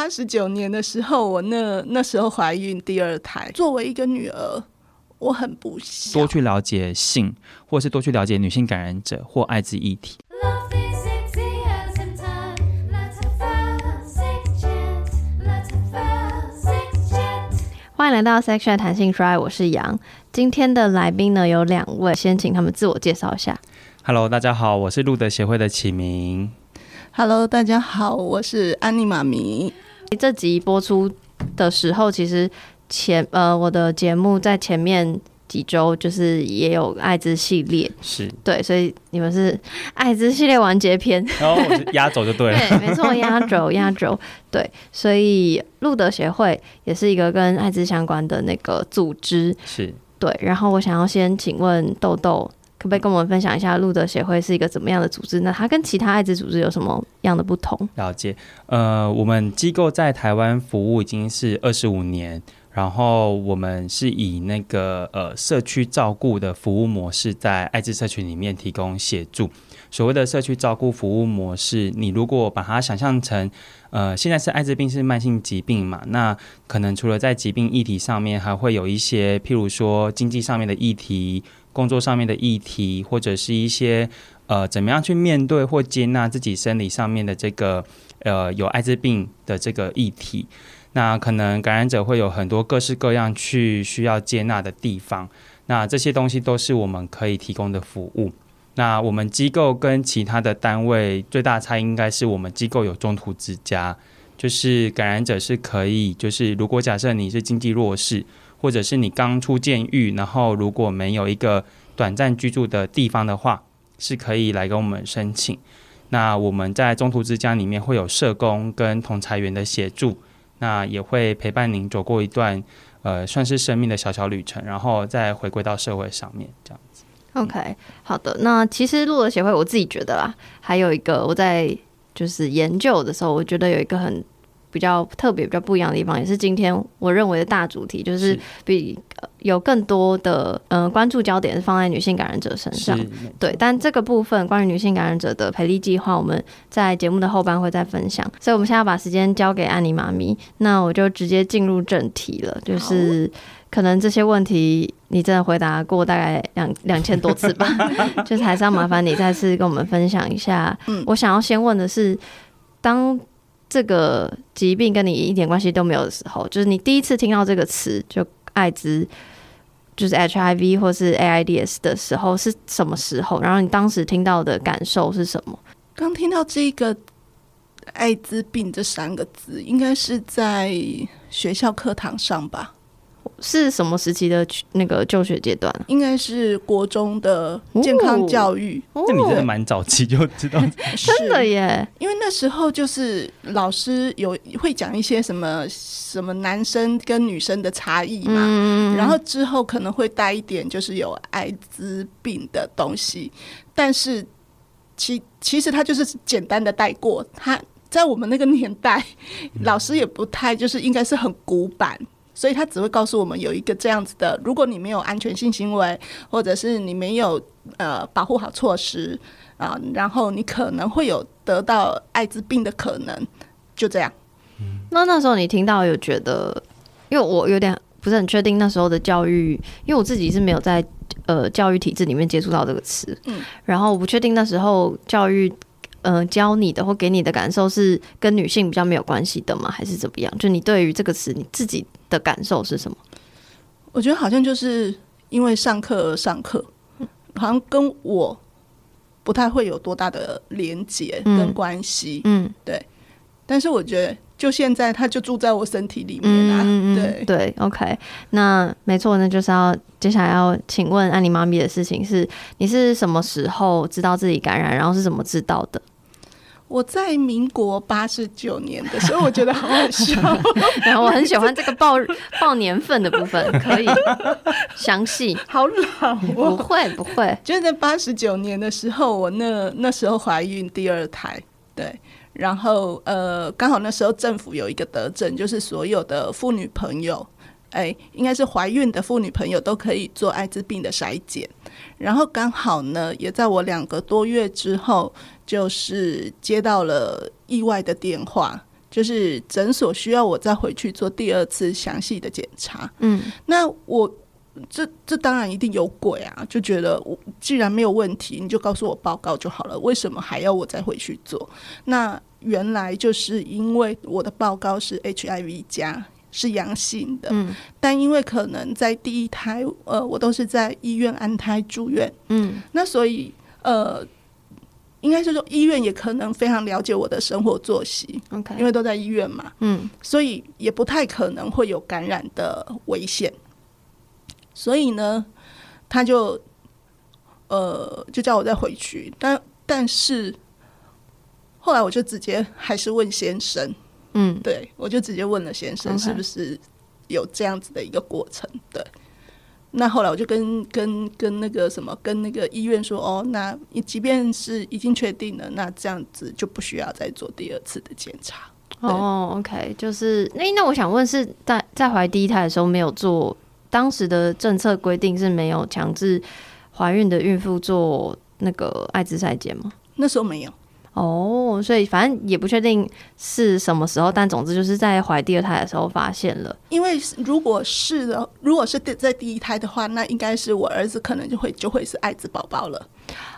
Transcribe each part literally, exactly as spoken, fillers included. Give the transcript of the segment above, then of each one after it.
八十九年的时候，我那那时候怀孕第二胎，作为一个女儿，我很不想多去了解性，或是多去了解女性感染者或艾滋议题。 欢迎来到 Sex Chat 谈性说爱，我是杨。今天的来宾呢有两位，先请他们自我介绍一下。 Hello， 大家好，我是路德协会的启明。 Hello， 大家好，我是安妮妈咪。 这集播出的时候，其实前呃我的节目在前面几周就是也有艾滋系列， 是对，所以你们是艾滋系列完结篇， 然后我是压轴就对了， 对，没错，压轴压轴，对，所以路德协会也是一个跟艾滋相关的那个组织， 是对。然后我想要先请问豆豆，可不可以跟我们分享一下路德协会是一个怎么样的组织？那它跟其他艾滋组织有什么样的不同？ 了解，呃，我们机构在台湾服务已经是二十五年。然后我们是以那个呃社区照顾的服务模式，在艾滋社群里面提供协助。所谓的社区照顾服务模式，你如果把它想象成，呃，现在是艾滋病是慢性疾病嘛，那可能除了在疾病议题上面，还会有一些譬如说经济上面的议题、工作上面的议题，或者是一些呃怎么样去面对或接纳自己生理上面的这个呃有艾滋病的这个议题。那可能感染者会有很多各式各样去需要接纳的地方，那这些东西都是我们可以提供的服务。那我们机构跟其他的单位最大的差异应该是我们机构有中途之家，就是感染者是可以，就是如果假设你是经济弱势，或者是你刚出监狱，然后如果没有一个短暂居住的地方的话，是可以来跟我们申请。那我们在中途之家里面会有社工跟同财员的协助，那也会陪伴您走过一段呃算是生命的小小旅程，然后再回归到社会上面这样子。 OK， 好的。那其实路德协会我自己觉得啦，还有一个我在就是研究的时候，我觉得有一个很比较特别、比较不一样的地方，也是今天我认为的大主题，就是比有更多的呃关注焦点是放在女性感染者身上。对，但这个部分关于女性感染者的培力计划，我们在节目的后半会再分享。所以我们现在要把时间交给安妮妈咪，那我就直接进入正题了，就是可能这些问题你真的回答过大概两两千多次吧，就是还是要麻烦你再次跟我们分享一下。嗯，我想要先问的是，当这个疾病跟你一点关系都没有的时候，就是你第一次听到这个词，就艾滋，就是 H I V 或是 A I D S 的时候是什么时候？然后你当时听到的感受是什么？ 刚听到这个艾滋病这三个字，应该是在学校课堂上吧？ 是什么时期的那个就学阶段？ 应该是国中的健康教育。 那、哦、你真的蛮早期就知道， 真的耶！ 因为那时候就是老师有会讲一些什么什么男生跟女生的差异嘛，嗯、然后之后可能会带一点就是有艾滋病的东西，但是其其实他就是简单的带过。他在我们那个年代，老师也不太就是应该是很古板。所以他只会告诉我们有一个这样子的，如果你没有安全性行为，或者是你没有呃保护好措施啊、呃，然后你可能会有得到艾滋病的可能，就这样。 那那时候你听到有觉得，因为我有点不是很确定那时候的教育，因为我自己是没有在呃教育体制里面接触到这个词，嗯，然后我不确定那时候教育。呃，教你的或给你的感受是跟女性比较没有关系的吗？还是怎么样？就你对于这个词，你自己的感受是什么？ 我觉得好像就是因为上课而上课，好像跟我不太会有多大的连结跟关系。嗯，对。但是我觉得，就现在它就住在我身体里面啊。嗯、对对 ，OK。那没错，那就是要接下来要请问安妮妈咪的事情是：你是什么时候知道自己感染，然后是怎么知道的？ 我在民国八十九年的时候，我觉得好好笑。 然后我很喜欢这个报报年份的部分，可以详细。 好老、哦， 不会不会。 就是在八十九年的时候，我那那时候怀孕第二胎，对，然后呃，刚好那时候政府有一个德政，就是所有的妇女朋友，哎，应该是怀孕的妇女朋友都可以做艾滋病的筛检。然后刚好呢，也在我两个多月之后，就是接到了意外的电话， 就是诊所需要我再回去做第二次详细的检查。嗯，那我这这当然一定有鬼啊，就觉得我既然没有问题，你就告诉我报告就好了，为什么还要我再回去做？那原来就是因为我的报告是 H I V 加。是阳性的、嗯，但因为可能在第一胎，呃，我都是在医院安胎住院，嗯，那所以呃，应该是说医院也可能非常了解我的生活作息 ，OK， 因为都在医院嘛，嗯，所以也不太可能会有感染的危险，所以呢，他就呃就叫我再回去，但但是后来我就直接还是问先生。嗯，对，我就直接问了先生是不是有这样子的一个过程。Okay. 对，那后来我就跟跟跟那个什么，跟那个医院说，哦，那即便是已经确定了，那这样子就不需要再做第二次的检查。 哦、oh, ，OK， 就是那那我想问是在在怀第一胎的时候没有做，当时的政策规定是没有强制怀孕的孕妇做那个艾滋筛检吗？ 那时候没有。 哦，所以反正也不确定是什么时候，但总之就是在怀第二胎的时候发现了。 因为如果是的，如果是在第一胎的话，那应该是我儿子可能就会就会是艾滋宝宝了。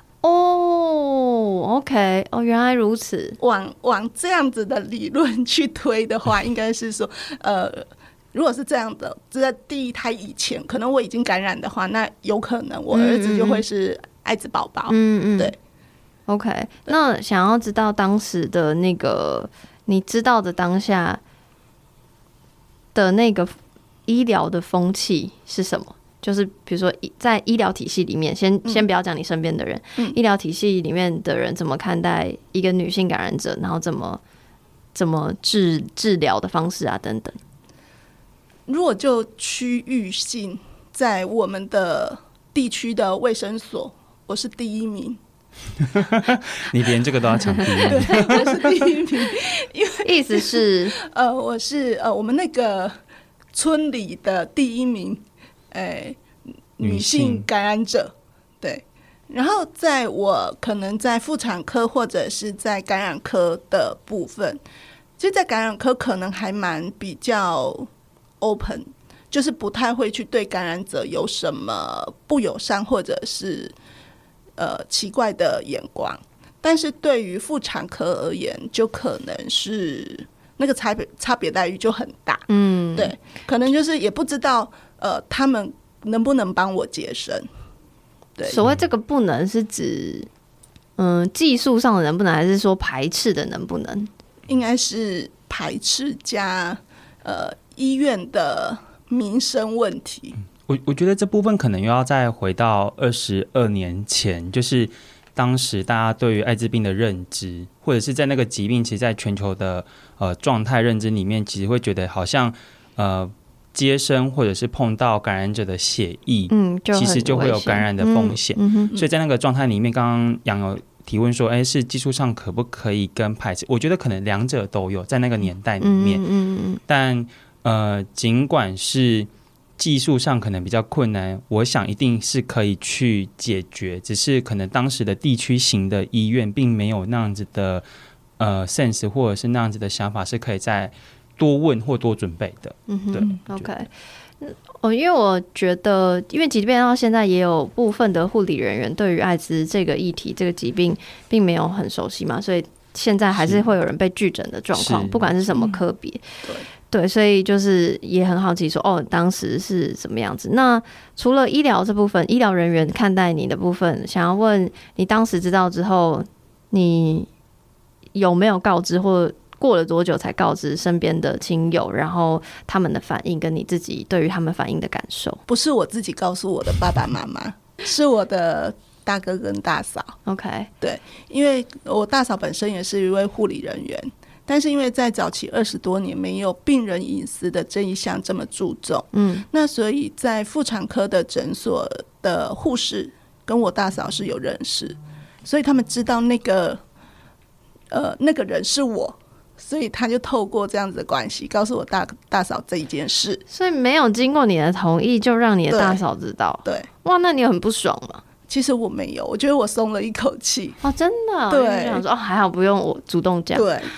哦 ，OK， 哦，原来如此。 往往这样子的理论去推的话，应该是说，呃，如果是这样的，在第一胎以前，可能我已经感染的话，那有可能我儿子就会是艾滋宝宝。嗯嗯，对。 OK， 那想要知道当时的那个你知道的当下的那个医疗的风气是什么？就是比如说在医疗体系里面，先、嗯、先不要讲你身边的人、嗯，医疗体系里面的人怎么看待一个女性感染者，然后怎么怎么治治疗的方式啊等等。 如果就区域性，在我们的地区的卫生所，我是第一名。 你连这个都要抢第一名？ 对，我是第一名。因为意思是， 呃，我是呃，我们那个村里的第一名，呃，女性感染者。对，然后在我可能在妇产科或者是在感染科的部分，其实，在感染科可能还蛮比较 open， 就是不太会去对感染者有什么不友善或者是。呃，奇怪的眼光，但是对于妇产科而言，就可能是那个差别差别待遇就很大。嗯，对，可能就是也不知道呃，他们能不能帮我接生。对， 所谓这个不能是指，嗯、呃，技术上的能不能，还是说排斥的能不能？ 应该是排斥加呃医院的民生问题。 我我觉得这部分可能又要再回到二十二年前，就是当时大家对于艾滋病的认知，或者是在那个疾病，其实在全球的呃状态认知里面，其实会觉得好像呃接生或者是碰到感染者的血液，嗯，其实就会有感染的风险。嗯嗯、所以在那个状态里面，刚刚杨有提问说，哎，是技术上可不可以跟排斥？我觉得可能两者都有，在那个年代里面。嗯嗯嗯、但呃，尽管是技术上可能比较困难，我想一定是可以去解决，只是可能当时的地区型的医院并没有那样子的呃 sense 或者是那样子的想法，是可以再多问或多准备的。嗯哼，对 ，OK。哦，因为我觉得，因为即便到现在也有部分的护理人员对于艾滋这个议题、这个疾病并没有很熟悉嘛，所以现在还是会有人被拒诊的状况，不管是什么科别。嗯，对。对，所以就是也很好奇说，哦，当时是什么样子？那除了医疗这部分，医疗人员看待你的部分，想要问你当时知道之后，你有没有告知，或过了多久才告知身边的亲友，然后他们的反应跟你自己对于他们反应的感受？ 不是我自己告诉我的爸爸妈妈，是我的大哥跟大嫂。 OK， 对，因为我大嫂本身也是一位护理人员。但是因为在早期二十多年没有病人隐私的这一项这么注重，嗯，那所以在妇产科的诊所的护士跟我大嫂是有认识，所以他们知道那个呃那个人是我，所以他就透过这样子的关系告诉我大大嫂这一件事。 所以没有经过你的同意就让你的大嫂知道？ 对， 哇，那你有很不爽吗？ 其实我没有，我觉得我松了一口气。 哦，真的？ 对， 我想说哦，还好不用我主动讲。 对。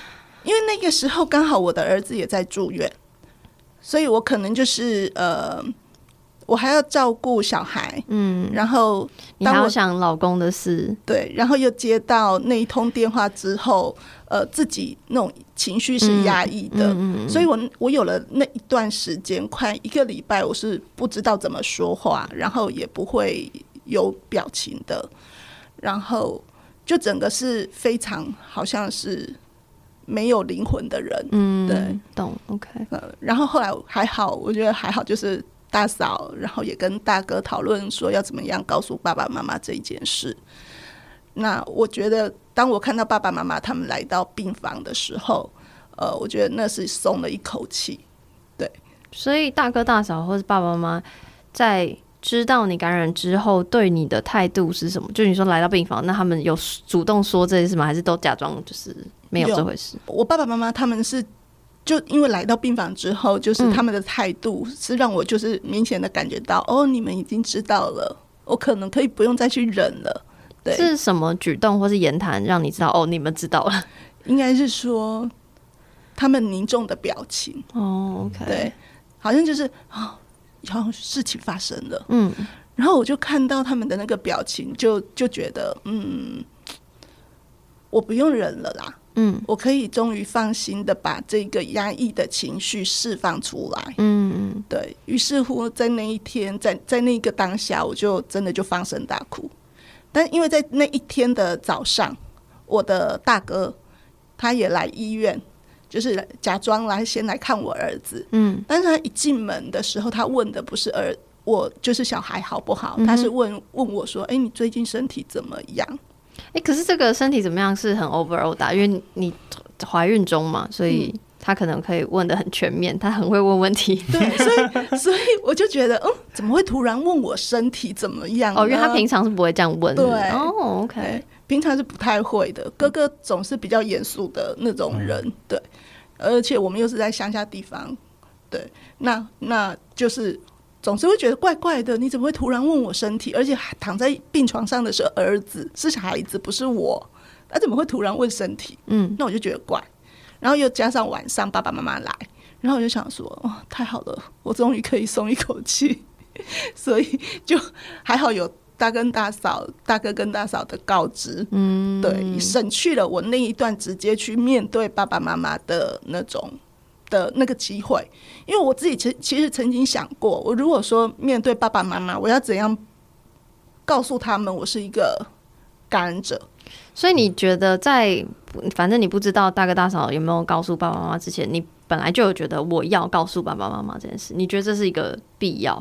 因为那个时候刚好我的儿子也在住院，所以我可能就是呃，我还要照顾小孩，嗯，然后你还要想老公的事， 对，然后又接到那一通电话之后，呃，自己那种情绪是压抑的，嗯嗯嗯、所以我我有了那一段时间，快一个礼拜，我是不知道怎么说话，然后也不会有表情的，然后就整个是非常好像是没有灵魂的人，嗯，对， 懂 ，OK， 呃，然后后来还好，我觉得还好，就是大嫂，然后也跟大哥讨论说要怎么样告诉爸爸妈妈这一件事。那我觉得，当我看到爸爸妈妈他们来到病房的时候，呃，我觉得那是松了一口气。对， 所以大哥大嫂或是爸爸妈妈在知道你感染之后，对你的态度是什么？就你说来到病房，那他们有主动说这件事吗？还是都假装就是没有这回事？ 我爸爸妈妈他们是。就因为来到病房之后，就是他们的态度是让我就是明显的感觉到、嗯、哦，你们已经知道了，我可能可以不用再去忍了。对， 是什么举动或是言谈让你知道哦，你们知道了？ 应该是说他们凝重的表情。 哦 ，OK， 对，好像就是哦，好像事情发生了。嗯，然后我就看到他们的那个表情，就就觉得嗯，我不用忍了啦。嗯，我可以终于放心的把这个压抑的情绪释放出来。嗯嗯，对，于是乎，在那一天，在在那个当下，我就真的就放声大哭。但因为在那一天的早上，我的大哥他也来医院，就是假装来先来看我儿子。嗯，但是他一进门的时候，他问的不是儿我就是小孩好不好，他是问问我说：“哎、欸，你最近身体怎么样？” 欸、可是这个身体怎么样是很 overall 的，因为你怀孕中嘛，所以他可能可以问得很全面，他很会问问题。 对，所以所以我就觉得，嗯，怎么会突然问我身体怎么样呢？ 哦，因为他平常是不会这样问的。 对， 哦 ，OK， 平常是不太会的。哥哥总是比较严肃的那种人，嗯、对，而且我们又是在乡下地方，对，那那就是。总是会觉得怪怪的，你怎么会突然问我身体？而且躺在病床上的是儿子，是孩子，不是我，他怎么会突然问身体？嗯，那我就觉得怪。然后又加上晚上爸爸妈妈来，然后我就想说，哦，太好了，我终于可以松一口气。所以就还好有大哥跟大嫂、大哥跟大嫂的告知，嗯，对，省去了我那一段直接去面对爸爸妈妈的那种。的那个机会，因为我自己其其实曾经想过，我如果说面对爸爸妈妈，我要怎样告诉他们我是一个感染者？ 所以你觉得在反正你不知道大哥大嫂有没有告诉爸爸妈妈之前，你本来就有觉得我要告诉爸爸妈妈这件事，你觉得这是一个必要？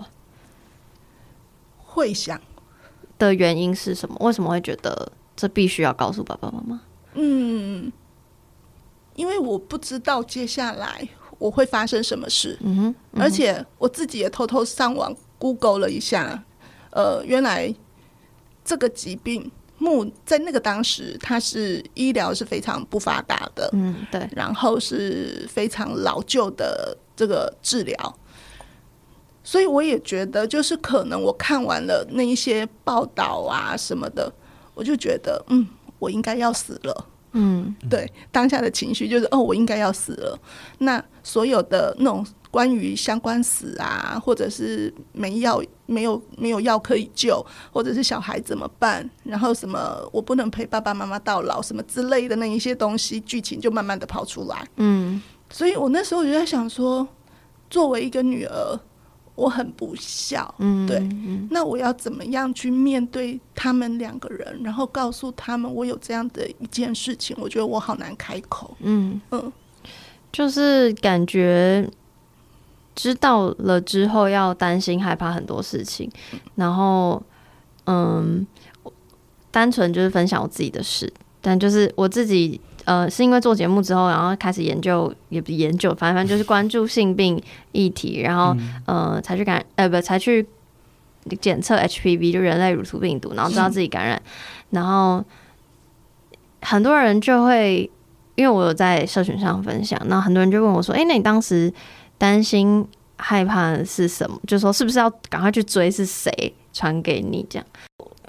会想的原因是什么？为什么会觉得这必须要告诉爸爸妈妈？嗯。 因为我不知道接下来我会发生什么事，嗯哼嗯哼，而且我自己也偷偷上网 Google 了一下，呃，原来这个疾病目在那个当时，它是医疗是非常不发达的，嗯，对，然后是非常老旧的这个治疗，所以我也觉得，就是可能我看完了那一些报道啊什么的，我就觉得，嗯，我应该要死了。嗯，对，当下的情绪就是哦，我应该要死了。那所有的那种关于相关死啊，或者是没药、没有没有药可以救，或者是小孩怎么办，然后什么我不能陪爸爸妈妈到老，什么之类的那一些东西，剧情就慢慢的跑出来。嗯，所以我那时候就在想说，作为一个女儿，我很不孝，嗯，对，嗯，那我要怎么样去面对他们两个人，然后告诉他们我有这样的一件事情，我觉得我好难开口，嗯嗯， 就是感觉知道了之后要担心害怕很多事情，然后嗯，单纯就是分享我自己的事，但就是我自己。呃，是因为做节目之后，然后开始研究，也不研究，反正就是关注性病议题，然后、嗯、呃才去感呃不才去检测 H P V 就人类乳头病毒，然后知道自己感染，然后很多人就会因为我有在社群上分享，然后很多人就问我说：“哎、欸，那你当时担心害怕的是什么？就是说是不是要赶快去追是谁传给你这样？”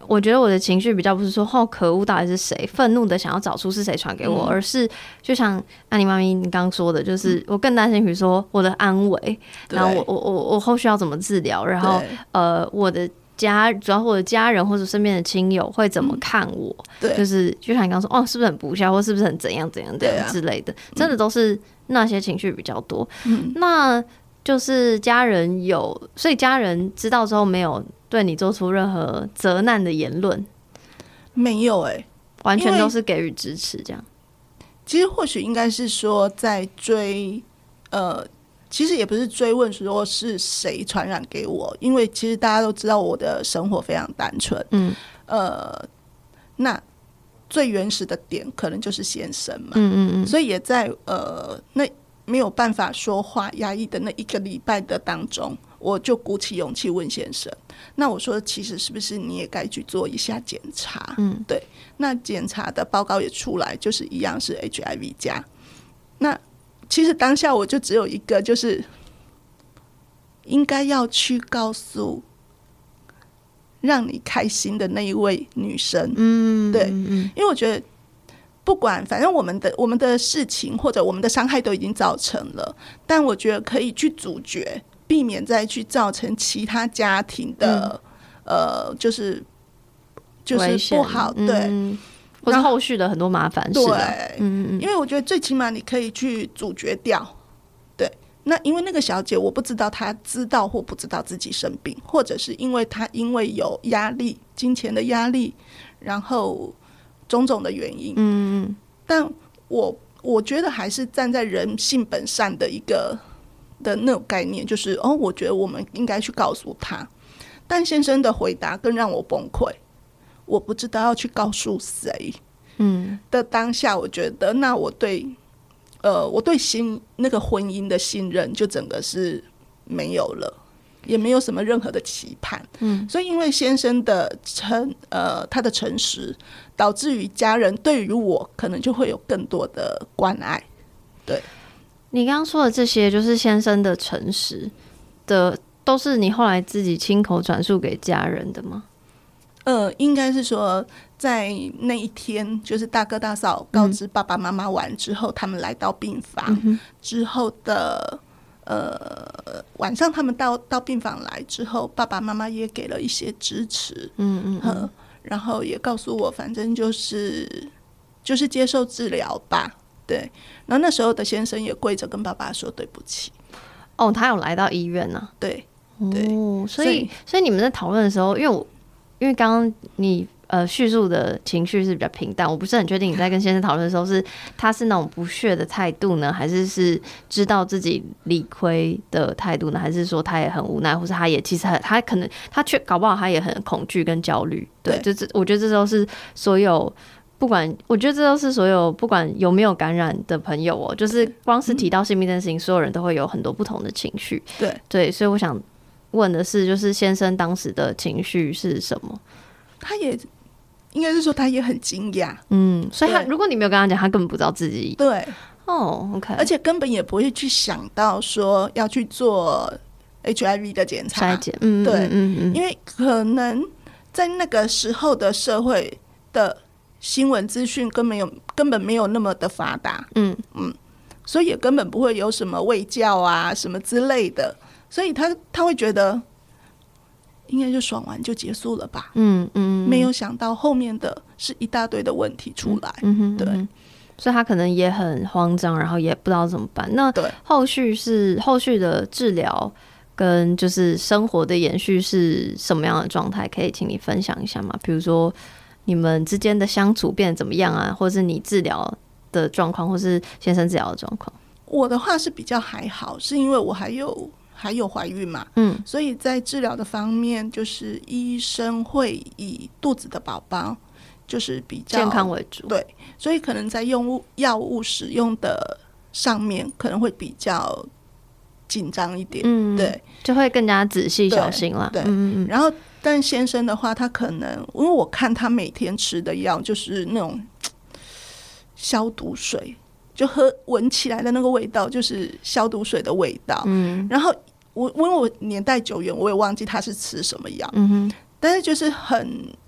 我觉得我的情绪比较不是说哦可恶到底是谁，愤怒的想要找出是谁传给我，嗯、而是就像安妮妈咪你刚刚说的，就是我更担心比如说我的安危，然后我我我我后续要怎么治疗，然后呃我的家主要我的家人或者身边的亲友会怎么看我，嗯、对，就是就像你刚刚说哦是不是很不孝或是不是很怎样怎样怎样之类的，啊、真的都是那些情绪比较多。嗯、那就是家人有，所以家人知道之后没有对你做出任何责难的言论？ 没有哎、欸， 完全都是给予支持这样。 其实或许应该是说在追，呃，其实也不是追问说是谁传染给我，因为其实大家都知道我的生活非常单纯，嗯，呃，那最原始的点可能就是先生嘛，嗯嗯嗯，所以也在呃那。没有办法说话压抑的那一个礼拜的当中，我就鼓起勇气问先生，那我说其实是不是你也该去做一下检查，嗯，对，那检查的报告也出来，就是一样是 H I V 加。那其实当下我就只有一个，就是应该要去告诉让你开心的那一位女生，嗯，对，因为我觉得不管反正我们的我们的事情或者我们的伤害都已经造成了，但我觉得可以去阻绝，避免再去造成其他家庭的、嗯、呃就是就是不好，对、嗯， 或者后续的很多麻烦事， 对，嗯，因为我觉得最起码你可以去阻绝掉，对。那因为那个小姐我不知道她知道或不知道自己生病，或者是因为她因为有压力，金钱的压力，然后种种的原因，嗯，但我我觉得还是站在人性本善的一个的那种概念，就是哦，我觉得我们应该去告诉他。但先生的回答更让我崩溃，我不知道要去告诉谁。嗯，的当下，我觉得那我对呃我对新那个婚姻的信任就整个是没有了。也没有什么任何的期盼，嗯，所以因为先生的诚呃他的诚实，导致于家人对于我可能就会有更多的关爱。对， 你刚刚说的这些，就是先生的诚实的，都是你后来自己亲口转述给家人的吗？ 呃，应该是说在那一天，就是大哥大嫂告知爸爸妈妈完之后，嗯、他们来到病房、嗯、之后的。呃，晚上他们到到病房来之后，爸爸妈妈也给了一些支持，嗯嗯嗯，然后也告诉我，反正就是就是接受治疗吧，对。然后那时候的先生也跪着跟爸爸说对不起。 哦，他有来到医院呢、啊？ 对对、 哦，所以所以, 所以你们在讨论的时候，因为我因为刚刚你。呃，叙述的情绪是比较平淡，我不是很确定你在跟先生讨论的时候是他是那种不屑的态度呢，还是是知道自己理亏的态度呢，还是说他也很无奈，或是他也其实很他可能他却搞不好他也很恐惧跟焦虑，对，对就是我觉得这都是所有不管，我觉得这都是所有不管有没有感染的朋友哦，就是光是提到性病这件事情，所有人都会有很多不同的情绪， 对对，所以我想问的是，就是先生当时的情绪是什么？ 他也。应该是说他也很惊讶， 嗯，所以他如果你没有跟他讲，他根本不知道自己对哦 ，OK， 而且根本也不会去想到说要去做 H I V 的检查筛检，嗯， 对， 嗯嗯， 因为可能在那个时候的社会的新闻资讯根本有根本没有那么的发达，嗯嗯，所以也根本不会有什么卫教啊什么之类的，所以他他会觉得。应该就爽完就结束了吧，嗯嗯，没有想到后面的是一大堆的问题出来，嗯哼，对， 所以他可能也很慌张，然后也不知道怎么办。那后续是后续的治疗跟就是生活的延续是什么样的状态？可以请你分享一下吗？比如说你们之间的相处变得怎么样啊，或是你治疗的状况，或是先生治疗的状况？ 我的话是比较还好，是因为我还有。还有怀孕嘛，嗯，所以在治疗的方面，就是医生会以肚子的宝宝就是比较健康为主， 对，所以可能在用药物使用的上面可能会比较紧张一点，嗯，对， 就会更加仔细小心了， 对，嗯嗯。然后，但先生的话，他可能因为我看他每天吃的药就是那种消毒水。就喝闻起来的那个味道就是消毒水的味道，嗯，然后我因为我年代久远，我也忘记他是吃什么药，嗯哼，但是就是很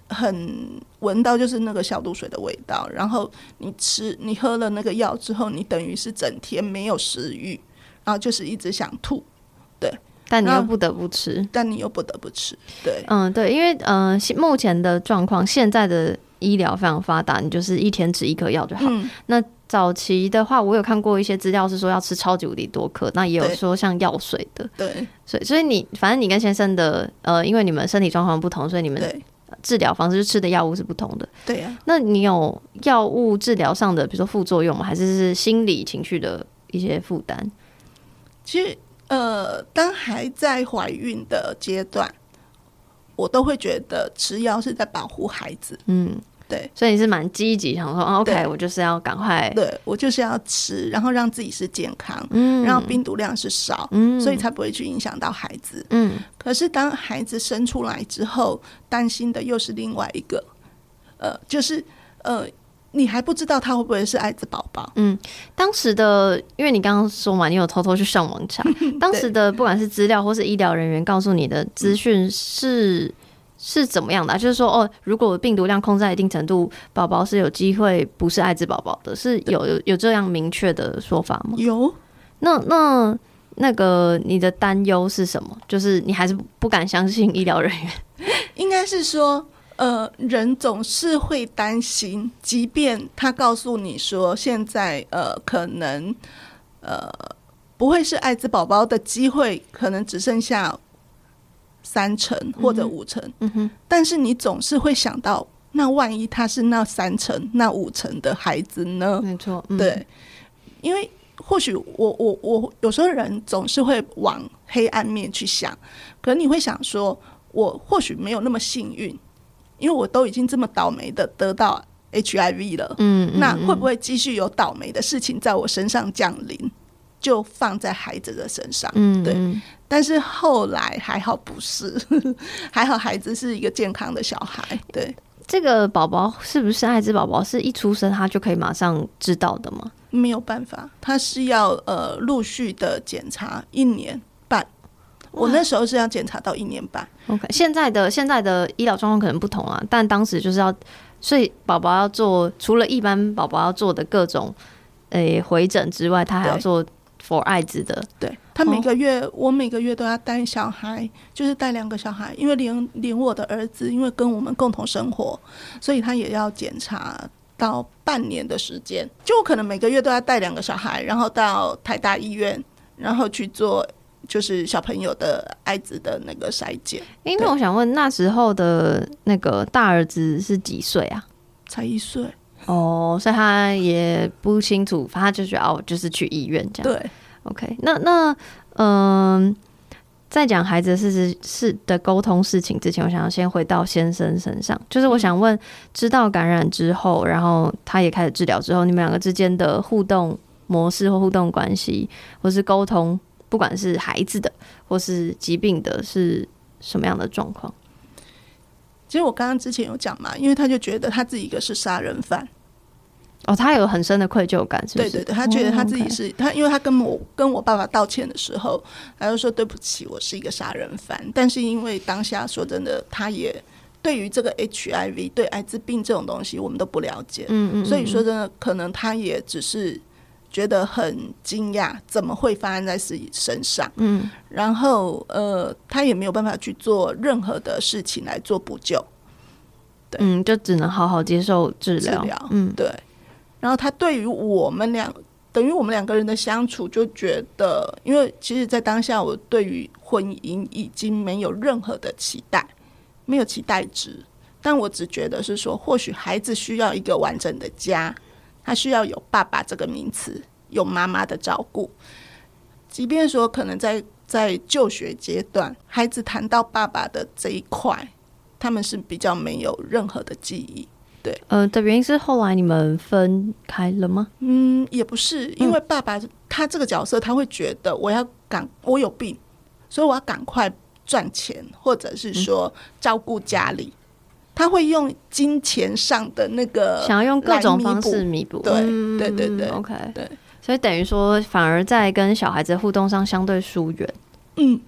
很闻到就是那个消毒水的味道，然后你吃你喝了那个药之后，你等于是整天没有食欲，然后就是一直想吐，对， 但你又不得不吃， 但你又不得不吃，对， 嗯，对，因为呃，目前的状况，现在的医疗非常发达，你就是一天吃一颗药就好。嗯、那早期的话，我有看过一些资料是说要吃超级无敌多颗，那也有说像药水的， 对， 所以所以你反正你跟先生的呃，因为你们身体状况不同，所以你们治疗方式就吃的药物是不同的， 对呀、啊。 那你有药物治疗上的比如说副作用吗？还是是心理情绪的一些负担？ 其实呃，当还在怀孕的阶段，我都会觉得吃药是在保护孩子，嗯。对， 所以你是蛮积极，想说、哦、OK， 我就是要赶快， 对我就是要吃，然后让自己是健康，嗯，然后病毒量是少，嗯，所以才不会去影响到孩子，嗯。可是当孩子生出来之后，担心的又是另外一个，呃，就是呃，你还不知道他会不会是艾滋宝宝，嗯。 当时的，因为你刚刚说嘛，你有偷偷去上网查，当时的不管是资料或是医疗人员告诉你的资讯是。嗯是怎么样的、啊？就是说，哦，如果病毒量控制在一定程度，宝宝是有机会不是艾滋宝宝的，是有有有这样明确的说法吗？ 有。 那那那个你的担忧是什么？就是你还是不敢相信医疗人员？ 应该是说，呃，人总是会担心，即便他告诉你说现在呃可能呃不会是艾滋宝宝的机会，可能只剩下三成或者五成、嗯哼，但是你总是会想到，那万一他是那三成、那五成的孩子呢？ 没错、嗯， 对，因为或许我我我有时候人总是会往黑暗面去想，可能你会想说，我或许没有那么幸运，因为我都已经这么倒霉的得到 H I V 了，嗯，那会不会继续有倒霉的事情在我身上降临？就放在孩子的身上，嗯，对。但是后来还好不是，还好孩子是一个健康的小孩。对， 这个宝宝是不是艾滋宝宝？是一出生他就可以马上知道的吗？ 没有办法，他是要呃陆续的检查一年半。我那时候是要检查到一年半。 OK， 现在的现在的医疗状况可能不同啊，但当时就是要，所以宝宝要做除了一般宝宝要做的各种诶、欸、回诊之外，他还要做。for 艾滋的， 对，他每个月、哦、我每个月都要带小孩，就是带两个小孩，因为连连我的儿子，因为跟我们共同生活，所以他也要检查到半年的时间。就我可能每个月都要带两个小孩，然后到台大医院，然后去做就是小朋友的艾滋的那个筛检。 因为我想问，那时候的那个大儿子是几岁啊？ 才一岁。 哦，所以他也不清楚，反正他就觉得哦，就是去医院这样。 对 ，OK， 那那嗯、呃，在讲孩子的事事的沟通事情之前，我想要先回到先生身上，就是我想问，知道感染之后，然后他也开始治疗之后，你们两个之间的互动模式或互动关系，或是沟通，不管是孩子的或是疾病的，是什么样的状况？ 其实我刚刚之前有讲嘛，因为他就觉得他自己一个是杀人犯， 哦，他有很深的愧疚感，是不是？ 对对对，他觉得他自己是、哦 okay、他，因为他跟我跟我爸爸道歉的时候，他就说对不起，我是一个杀人犯。但是因为当下说真的，他也对于这个 H I V 对艾滋病这种东西我们都不了解，嗯嗯嗯，所以说真的可能他也只是觉得很惊讶，怎么会发生在自己身上？嗯，然后呃，他也没有办法去做任何的事情来做补救， 对，嗯，就只能好好接受治疗， 治疗，嗯，对。然后他对于我们两，等于我们两个人的相处，就觉得，因为其实，在当下我对于婚姻已经没有任何的期待，没有期待值，但我只觉得是说，或许孩子需要一个完整的家。他需要有爸爸这个名词，有妈妈的照顾。即便说可能在在就学阶段，孩子谈到爸爸的这一块，他们是比较没有任何的记忆。对， 呃，的原因是后来你们分开了吗？ 嗯，也不是，因为爸爸他这个角色，他会觉得我要赶，我有病，所以我要赶快赚钱，或者是说照顾家里。他会用金钱上的那个， 想要用各种方式弥补， 对、嗯、对对对 ，OK， 对， 所以等于说反而在跟小孩子的互动上相对疏远。 嗯，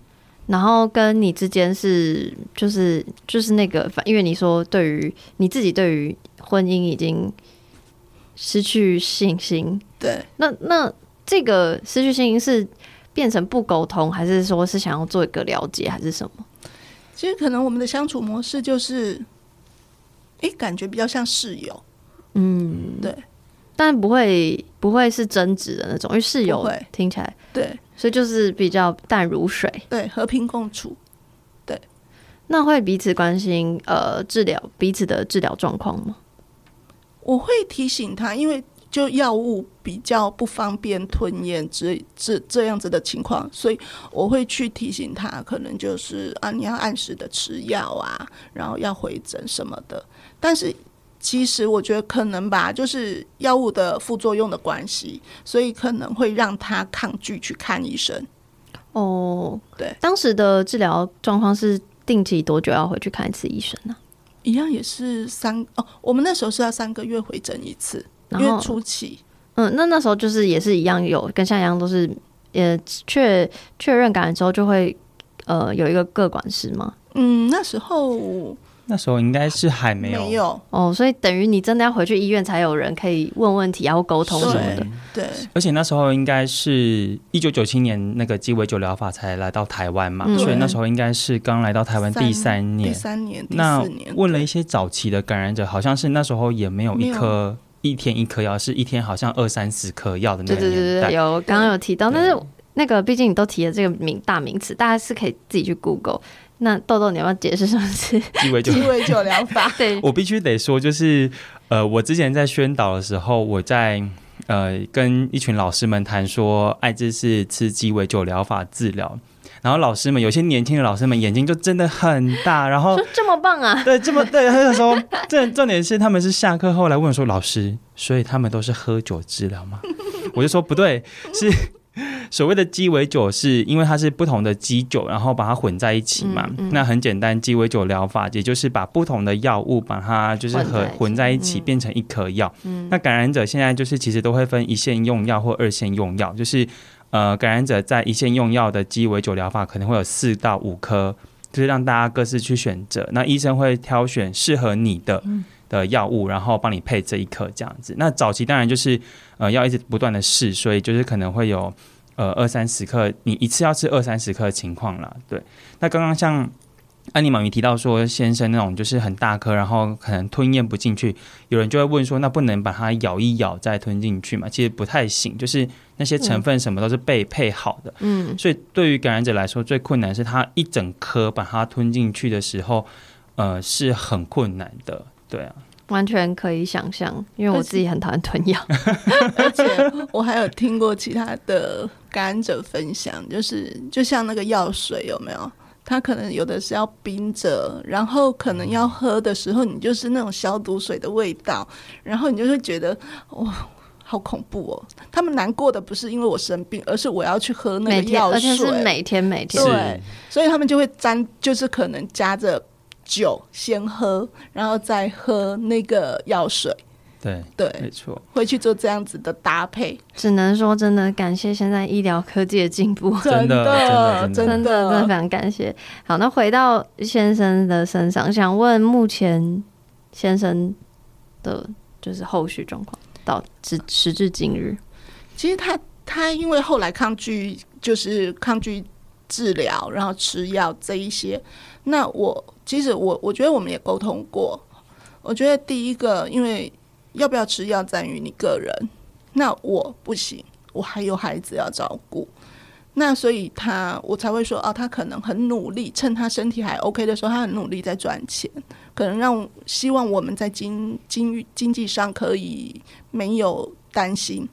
然后跟你之间是就是就是那个，因为你说对于你自己对于婚姻已经失去信心， 对， 那那这个失去信心是变成不沟通，还是说是想要做一个了解，还是什么？ 其实可能我们的相处模式就是，哎，感觉比较像室友， 嗯， 对， 但不会不会是争执的那种，因为室友不会听起来， 对所以就是比较淡如水， 对，和平共处。 那会彼此关心呃治疗彼此的治疗状况吗？ 我会提醒他，因为就药物比较不方便吞咽这这这样子的情况，所以我会去提醒他，可能就是啊，你要按时的吃药啊，然后要回诊什么的。但是其实我觉得可能吧，就是药物的副作用的关系，所以可能会让他抗拒去看医生。 哦， 对， 当时的治疗状况是定期多久要回去看一次医生呢、啊？ 一样也是三哦，我们那时候是要三个月回诊一次，因为初期。 嗯，那那时候就是也是一样有，跟像一样都是呃确确认感染之后就会呃有一个个管师吗？ 嗯，那时候那时候应该是还没有没有哦，所以等于你真的要回去医院才有人可以问问题，然后沟通什么的。 对， 而且那时候应该是一九九七年那个鸡尾酒疗法才来到台湾嘛、嗯，所以那时候应该是刚来到台湾第三年， 第三年，第那四年。 问了一些早期的感染者，好像是那时候也没有一颗一天一颗药，是一天好像二三十颗药的那个年代。 对对对对，有刚刚有提到，但是那个毕竟你都提了这个名大名词，大家是可以自己去 Google。那豆豆，你要不要解释什么是鸡尾酒？ 鸡尾酒疗法？ 对， 我必须得说，就是呃，我之前在宣导的时候，我在呃跟一群老师们谈说，艾滋是吃鸡尾酒疗法治疗。然后老师们有些年轻的老师们眼睛就真的很大，然后说这么棒啊， 对，这么对，他就说，重重点是他们是下课后来问说，老师，所以他们都是喝酒治疗吗？我就说不对，是所谓的鸡尾酒是因为它是不同的基酒，然后把它混在一起嘛。嗯嗯、那很简单，鸡尾酒疗法也就是把不同的药物把它就是和混在一起，变成一颗药、嗯。那感染者现在就是其实都会分一线用药或二线用药，就是呃感染者在一线用药的鸡尾酒疗法可能会有四到五颗，就是让大家各自去选择。那医生会挑选适合你的。嗯的药物，然后帮你配这一颗这样子。那早期当然就是呃要一直不断的试，所以就是可能会有呃二三十克，你一次要吃二三十克的情况啦。对，那刚刚像安妮妈咪提到说，先生那种就是很大颗，然后可能吞咽不进去，有人就会问说，那不能把它咬一咬再吞进去嘛？其实不太行，就是那些成分什么都是被配好的。嗯，所以对于感染者来说，最困难是他一整颗把它吞进去的时候，呃是很困难的。对啊， 完全可以想象，因为我自己很讨厌吞药， 而且我还有听过其他的感染者分享，就是就像那个药水有没有？它可能有的是要冰着，然后可能要喝的时候，你就是那种消毒水的味道，然后你就会觉得哇。好恐怖哦！他们难过的不是因为我生病，而是我要去喝那个药水， 而且是每天每天。 对，所以他们就会沾，就是可能夹着酒先喝，然后再喝那个药水。 对对， 没错， 会去做这样子的搭配。 只能说真的感谢现在医疗科技的进步， 真的真的真的真的非常感谢。好，那回到先生的身上，想问目前先生的就是后续状况。到时至今日， 其实他他因为后来抗拒，就是抗拒治疗，然后吃药这一些。那我其实我我觉得我们也沟通过。我觉得第一个，因为要不要吃药在于你个人，那我不行，我还有孩子要照顾。那所以他我才会说哦，他可能很努力，趁他身体还 OK 的时候，他很努力在赚钱，可能让希望我们在经经经济上可以没有担心。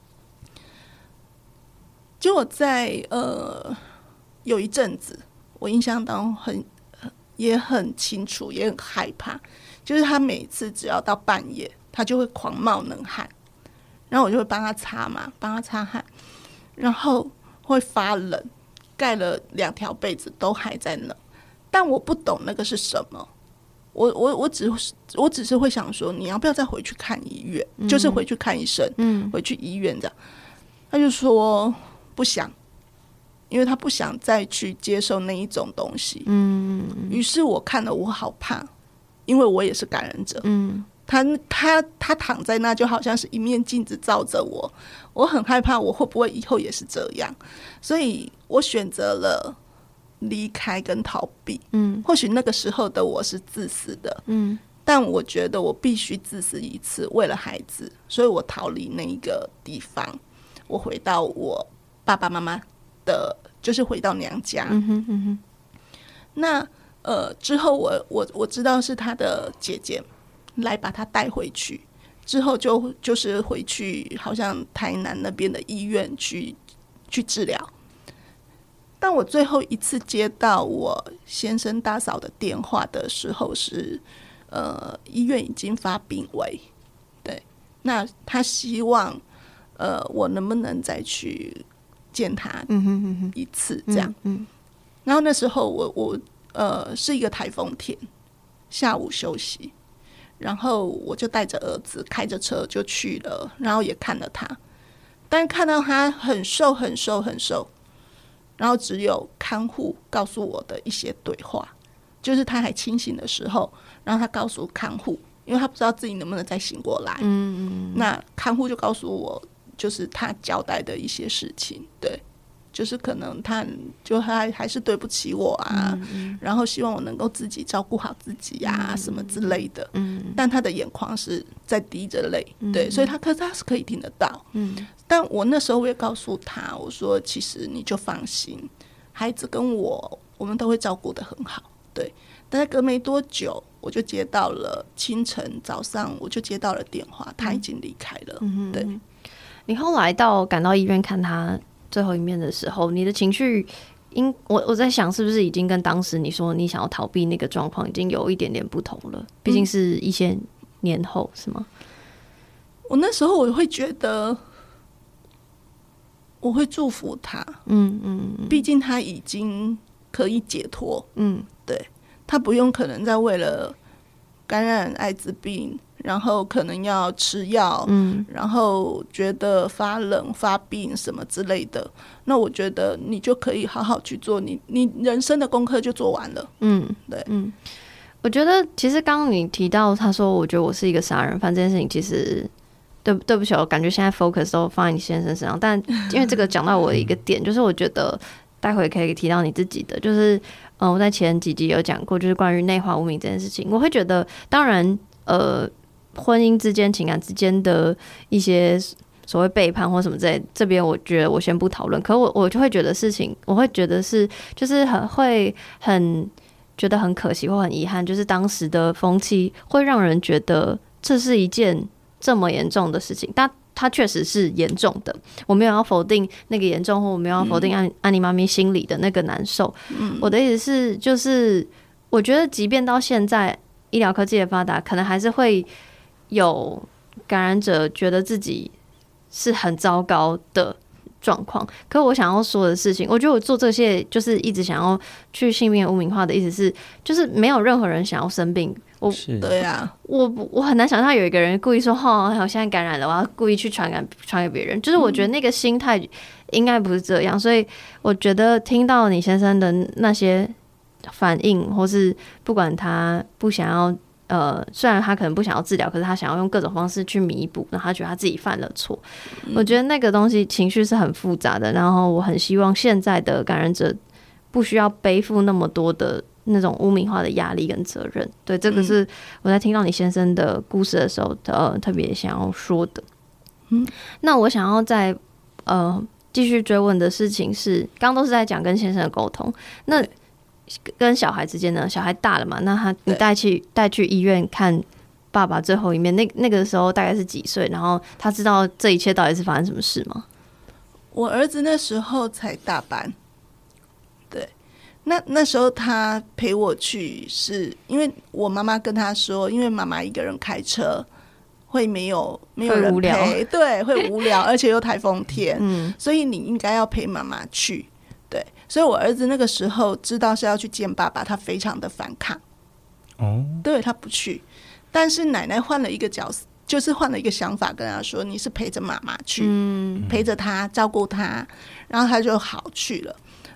结果在呃有一阵子，我印象当中很也很清楚，也很害怕，就是他每次只要到半夜，他就会狂冒冷汗，然后我就会帮他擦嘛，帮他擦汗，然后会发冷，盖了两条被子都还在冷，但我不懂那个是什么，我我我只我只是会想说，你要不要再回去看医院，嗯、就是回去看医生，嗯，回去医院这样。他就说不想， 因为他不想再去接受那一种东西。嗯，于是我看了，我好怕，因为我也是感染者。嗯，他他他躺在那就好像是一面镜子照着我，我很害怕我会不会以后也是这样，所以我选择了离开跟逃避。嗯，或许那个时候的我是自私的。嗯，但我觉得我必须自私一次，为了孩子，所以我逃离那一个地方，我回到我爸爸妈妈的，就是回到娘家。嗯哼嗯哼。那呃之后我我我知道是他的姐姐来把他带回去，之后就就是回去好像台南那边的医院去去治疗。但我最后一次接到我先生大嫂的电话的时候是呃医院已经发病危，对，那他希望呃我能不能再去见他一次这样。嗯嗯嗯、然后那时候我我呃是一个台风天，下午休息，然后我就带着儿子开着车就去了，然后也看了他，但看到他很瘦很瘦很瘦，然后只有看护告诉我的一些对话，就是他还清醒的时候，然后他告诉看护，因为他不知道自己能不能再醒过来。嗯嗯，那看护就告诉我就是他交代的一些事情，对，就是可能他就还还是对不起我啊，嗯嗯，然后希望我能够自己照顾好自己啊，嗯，什么之类的。嗯，但他的眼眶是在滴着泪，嗯，对，所以他可是他是可以听得到。嗯，但我那时候我也告诉他，我说其实你就放心，孩子跟我我们都会照顾得很好，对。但是隔没多久，我就接到了清晨早上我就接到了电话，他已经离开了。嗯，对。 你后来到赶到医院看他最后一面的时候，你的情绪因我我在想是不是已经跟当时你说你想要逃避那个状况已经有一点点不同了，毕竟是一些年后，嗯，是吗？ 我那时候我会觉得我会祝福他。嗯嗯嗯，毕竟他已经可以解脱。嗯，对，他不用可能再为了感染艾滋病然后可能要吃药，嗯，然后觉得发冷发病什么之类的，那我觉得你就可以好好去做你你人生的功课就做完了。嗯，对，嗯， 我觉得其实刚刚你提到他说我觉得我是一个杀人犯这件事情，其实对对不起，我感觉现在 focus 都放在你先生身上，但因为这个讲到我的一个点就是我觉得待会可以提到你自己的，就是嗯，我在前几集有讲过就是关于内化污名这件事情，我会觉得当然呃婚姻之间情感之间的一些所谓背叛或什么之类，这边我觉得我先不讨论，可我我就会觉得事情我会觉得是就是很会很觉得很可惜或很遗憾，就是当时的风气会让人觉得这是一件这么严重的事情，但它确实是严重的，我没有要否定那个严重，或我没有要否定安安妮妈咪心里的那个难受。嗯，我的意思是就是我觉得即便到现在医疗科技的发达，可能还是会有感染者觉得自己是很糟糕的状况，可我想要说的事情，我觉得我做这些就是一直想要去性病污名化的意思是，就是没有任何人想要生病。我对啊， 我我很难想象有一个人故意说，哦，我现在感染了，我要故意去传染传给别人。就是我觉得那个心态应该不是这样，所以我觉得听到你先生的那些反应，或是不管他不想要。呃，虽然他可能不想要治疗，可是他想要用各种方式去弥补，然后他觉得他自己犯了错。嗯，我觉得那个东西情绪是很复杂的，然后我很希望现在的感染者不需要背负那么多的那种污名化的压力跟责任。对，这个是我在听到你先生的故事的时候，呃，特别想要说的。嗯，那我想要再呃继续追问的事情是，刚刚都是在讲跟先生的沟通，那。跟小孩之间呢，小孩大了嘛，那他你带去带去医院看爸爸最后一面，那那个时候大概是几岁？然后他知道这一切到底是发生什么事吗？ 我儿子那时候才大班，对，那那时候他陪我去，是因为我妈妈跟他说，因为妈妈一个人开车会没有没有人陪，对，会无聊，而且又台风天，嗯，所以你应该要陪妈妈去。对，所以我儿子那个时候知道是要去见爸爸，他非常的反抗。哦，对，他不去。但是奶奶换了一个角色，就是换了一个想法，跟他说：“你是陪着妈妈去，嗯，陪着他，照顾他。”然后他就好去了。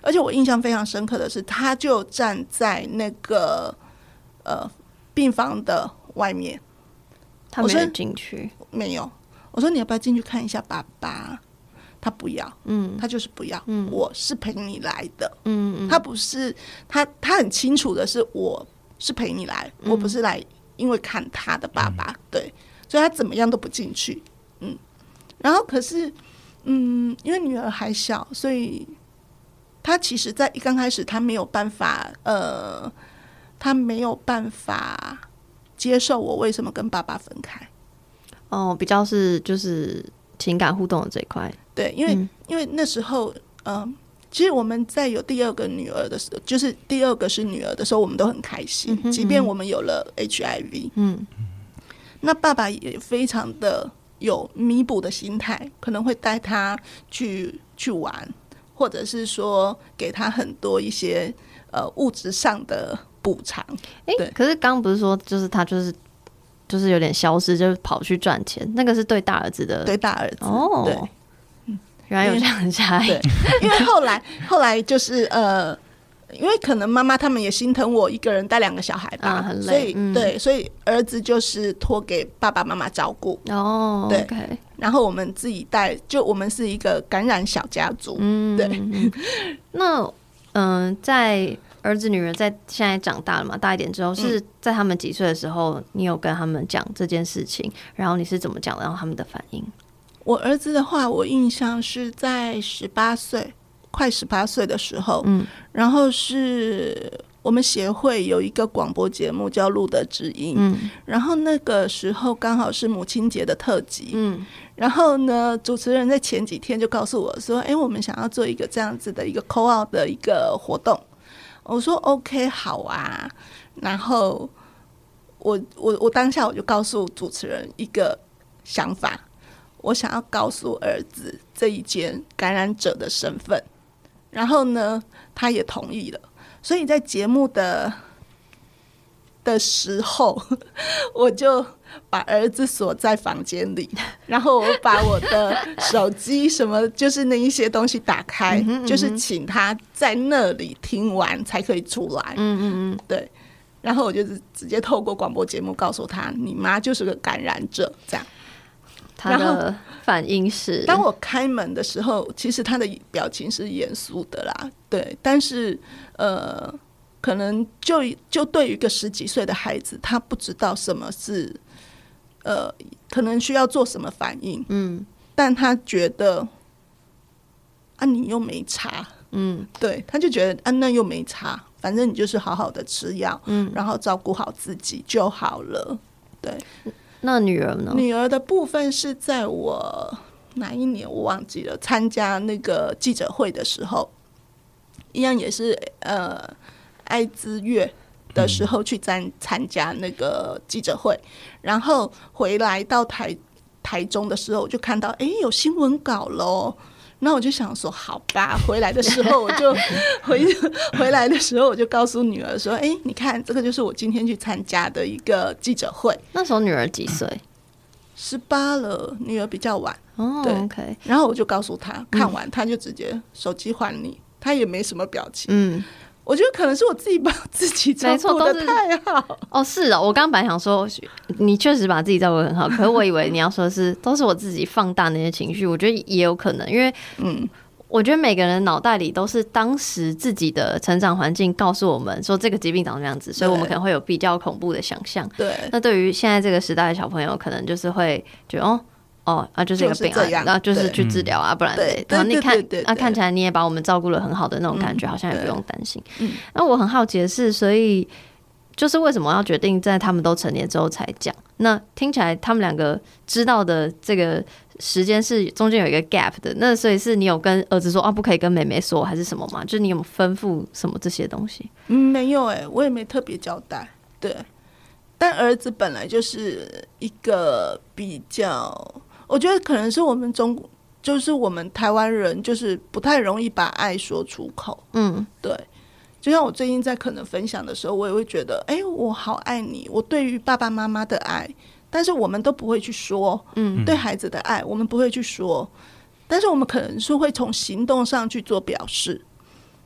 而且我印象非常深刻的是，他就站在那个呃病房的外面， 他没有进去， 没有。我说你要不要进去看一下爸爸？他不要，嗯，他就是不要，嗯，我是陪你来的，嗯嗯，他不是他，他很清楚的是我是陪你来，嗯、我不是来因为看他的爸爸，嗯、对，所以他怎么样都不进去，嗯，然后可是，嗯，因为女儿还小，所以他其实在一刚开始他没有办法，呃，他没有办法接受我为什么跟爸爸分开， 哦，比较是就是情感互动的这一块。 对，因为、嗯、因为那时候，嗯、呃，其实我们在有第二个女儿的时候，就是第二个是女儿的时候，我们都很开心，嗯、即便我们有了 H I V， 嗯，那爸爸也非常的有弥补的心态，可能会带他去去玩，或者是说给他很多一些呃物质上的补偿。 哎、欸，可是刚刚不是说，就是他就是就是有点消失，就是跑去赚钱，那个是对大儿子的， 对大儿子， 哦，对。原来有这样的差异， 对，因为后来后来就是呃，因为可能妈妈他们也心疼我一个人带两个小孩吧，啊、很累，所以、嗯、对，所以儿子就是托给爸爸妈妈照顾哦， 对， okay. 然后我们自己带，就我们是一个感染小家族，嗯，对。 嗯、那嗯、呃，在儿子女儿在现在长大了嘛，大一点之后，是在他们几岁的时候，你有跟他们讲这件事情，然后你是怎么讲的，然后他们的反应？ 我儿子的话，我印象是在十八岁，快十八岁的时候，嗯，然后是我们协会有一个广播节目叫《路德之音》，嗯，然后那个时候刚好是母亲节的特辑，嗯，然后呢，主持人在前几天就告诉我说，哎，我们想要做一个这样子的一个 call out 的一个活动，我说 OK 好啊，然后我我我当下我就告诉主持人一个想法。我想要告诉儿子这一件感染者的身份，然后呢，他也同意了。所以在节目的的时候，我就把儿子锁在房间里，然后我把我的手机什么，就是那一些东西打开，嗯嗯就是请他在那里听完才可以出来。嗯嗯嗯，对。然后我就直接透过广播节目告诉他，你妈就是个感染者，这样。 他的反应是， 当我开门的时候，其实他的表情是严肃的啦，对，但是呃，可能就就对于一个十几岁的孩子，他不知道什么是呃，可能需要做什么反应，嗯，但他觉得啊，你又没差，嗯，对，他就觉得啊，那又没差，反正你就是好好的吃药，嗯，然后照顾好自己就好了，对。 那女儿呢？ 女儿的部分是在我哪一年我忘记了，参加那个记者会的时候，一样也是呃艾滋月的时候去参参加那个记者会，然后回来到台台中的时候，我就看到哎有新闻稿咯。那我就想说好吧，回来的时候我就回回来的时候我就告诉女儿说，哎，你看这个就是我今天去参加的一个记者会。 那时候女儿几岁？ 十八了，女儿比较晚。 哦， 对 ，OK。 然后我就告诉她，看完她就直接手机还你，她也没什么表情。嗯。我觉得可能是我自己把自己照顾得太好。 哦，是哦，我刚刚本来想说，你确实把自己照顾得很好，可是我以为你要说的是都是我自己放大那些情绪，我觉得也有可能，因为嗯，我觉得每个人脑袋里都是当时自己的成长环境告诉我们说这个疾病长什么样子，所以我们可能会有比较恐怖的想象。 对， 那对于现在这个时代的小朋友，可能就是会觉得哦。哦，啊，就是一个病啊，然后就是去治疗啊，不然对，然后你看，啊，看起来你也把我们照顾得很好的那种感觉，好像也不用担心。嗯，那我很好奇的是，所以就是为什么要决定在他们都成年之后才讲？那听起来他们两个知道的这个时间是中间有一个 gap 的，那所以是你有跟儿子说啊，不可以跟妹妹说，还是什么吗？就是你有吩咐什么这些东西？ 嗯，没有哎、欸，我也没特别交代。对，但儿子本来就是一个比较。我觉得可能是我们中，就是我们台湾人，就是不太容易把爱说出口。嗯，对。就像我最近在可能分享的时候，我也会觉得，哎，我好爱你，我对于爸爸妈妈的爱，但是我们都不会去说。嗯，对孩子的爱，我们不会去说，但是我们可能是会从行动上去做表示。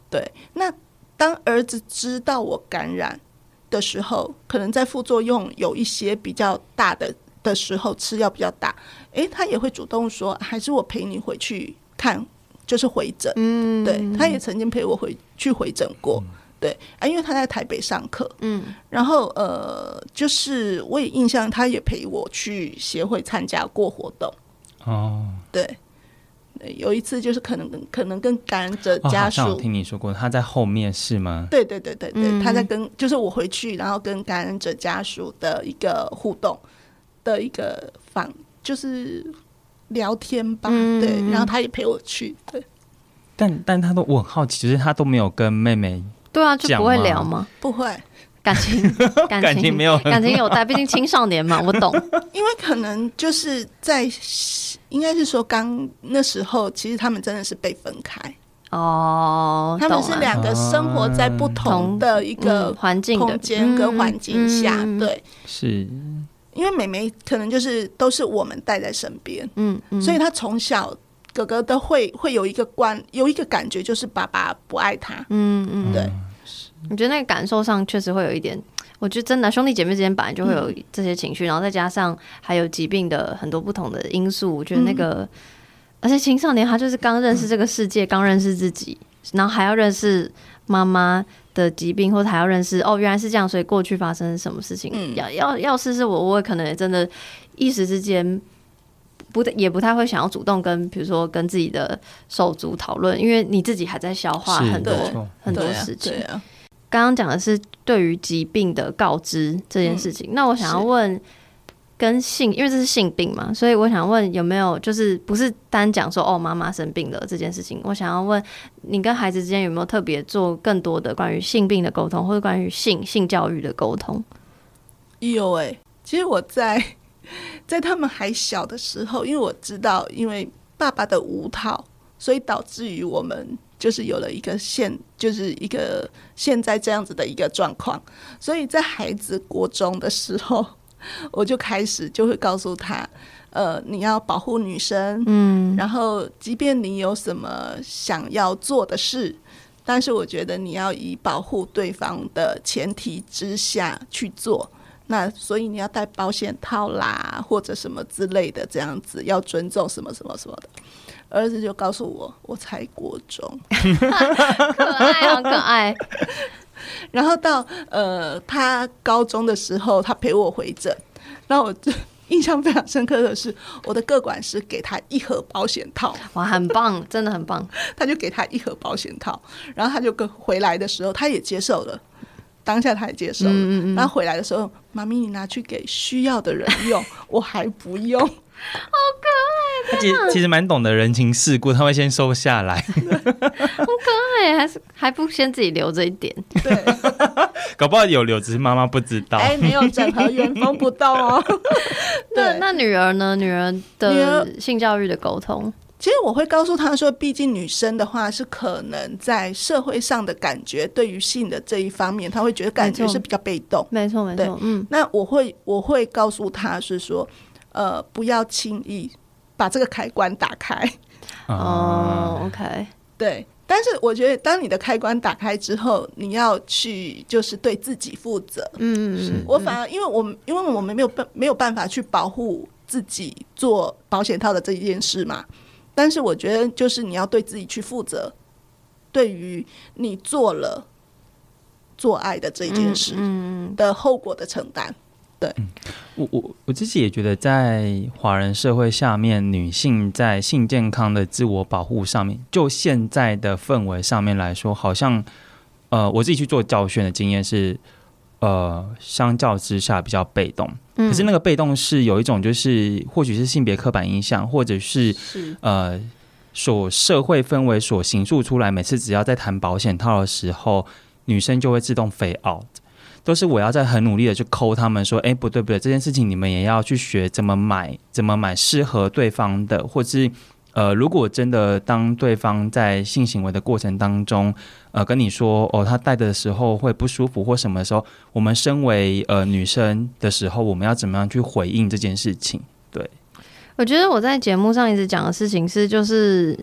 对，那当儿子知道我感染的时候，可能在副作用有一些比较大的的时候，吃药比较大，诶，他也会主动说，还是我陪你回去看，就是回诊。嗯，对，他也曾经陪我回去回诊过。嗯，对啊，因为他在台北上课。嗯，然后呃，就是我也印象，他也陪我去协会参加过活动。哦，对。有一次就是可能可能跟感染者家属、 哦、好像我听你说过他在后面是吗？ 对对对对对、嗯、他在跟就是我回去然后跟感染者家属的一个互动的一个访就是聊天吧、嗯、对，然后他也陪我去。对， 但但他都我很好奇，就是他都没有跟妹妹对啊就不会聊吗？ 不会， 感情感情感情没有感情有待，毕竟青少年嘛，我懂。 因为可能就是在应该是说刚那时候，其实他们真的是被分开哦，他们是两个生活在不同的一个环境、 空间跟环境下，嗯嗯、对， 是因为妹妹可能就是都是我们带在身边，嗯嗯，所以她从小哥哥都会会有一个观有一个感觉，就是爸爸不爱他，嗯嗯，对。 我觉得那个感受上确实会有一点，我觉得真的兄弟姐妹之间本来就会有这些情绪、嗯、然后再加上还有疾病的很多不同的因素，我觉得那个、嗯、而且青少年他就是刚认识这个世界、嗯、刚认识自己，然后还要认识妈妈的疾病，或者还要认识哦原来是这样，所以过去发生什么事情、嗯、要要要是是我我可能也真的一时之间不也不太会想要主动跟比如说跟自己的手足讨论，因为你自己还在消化很多很多事情。对啊，刚刚讲的是对于疾病的告知这件事情、嗯、那我想要问跟性，因为这是性病嘛，所以我想问有没有就是不是单讲说哦妈妈生病了这件事情，我想要问你跟孩子之间有没有特别做更多的关于性病的沟通，或者关于性性教育的沟通？ 有欸，其实我在在他们还小的时候，因为我知道因为爸爸的无套，所以导致于我们就是有了一个现就是一个现在这样子的一个状况，所以在孩子国中的时候，我就开始就会告诉他，呃，你要保护女生，嗯，然后即便你有什么想要做的事，但是我觉得你要以保护对方的前提之下去做，那所以你要戴保险套啦，或者什么之类的，这样子要尊重什么什么什么的。儿子就告诉我，我才国中， 可爱，好可爱。 然后到呃，他高中的时候，他陪我回诊，然后我印象非常深刻的是，我的个管师给他一盒保险套， 哇，很棒，真的很棒。 他就给他一盒保险套，然后他就跟回来的时候，他也接受了。当下他也接受了，嗯嗯嗯，然后回来的时候，妈咪你拿去给需要的人用，我还不用，好可爱。 他其实其实蛮懂得人情世故，他会先收下来， 好可爱，还是还不先自己留着一点？ 对， 搞不好有留，只是妈妈不知道。 哎，没有整合原封不动哦。 那那女儿呢？女儿的性教育的沟通。 其实我会告诉他说，毕竟女生的话是可能在社会上的感觉，对于性的这一方面，他会觉得感觉是比较被动。 没错，没错。嗯， 那我会我会告诉他是说，呃，不要轻易把这个开关打开。 哦 ，OK， 对。但是我觉得，当你的开关打开之后，你要去就是对自己负责。嗯，我反而因为我们因为我们没有没有办法去保护自己做保险套的这一件事嘛。但是我觉得就是你要对自己去负责，对于你做了做爱的这件事的后果的承担。对、嗯、 我我我自己也觉得在华人社会下面，女性在性健康的自我保护上面，就现在的氛围上面来说，好像呃我自己去做教训的经验是呃相较之下比较被动。可是那个被动是有一种就是或许是性别刻板印象，或者是呃所社会氛围所形塑出来，每次只要在谈保险套的时候，女生就会自动 fade out， 都是我要在很努力的去抠他们说，哎，不对不对，这件事情你们也要去学怎么买，怎么买适合对方的，或是呃，如果真的当对方在性行为的过程当中，呃，跟你说哦，他戴的时候会不舒服或什么的时候，我们身为呃女生的时候，我们要怎么样去回应这件事情？对， 我觉得我在节目上一直讲的事情是，就是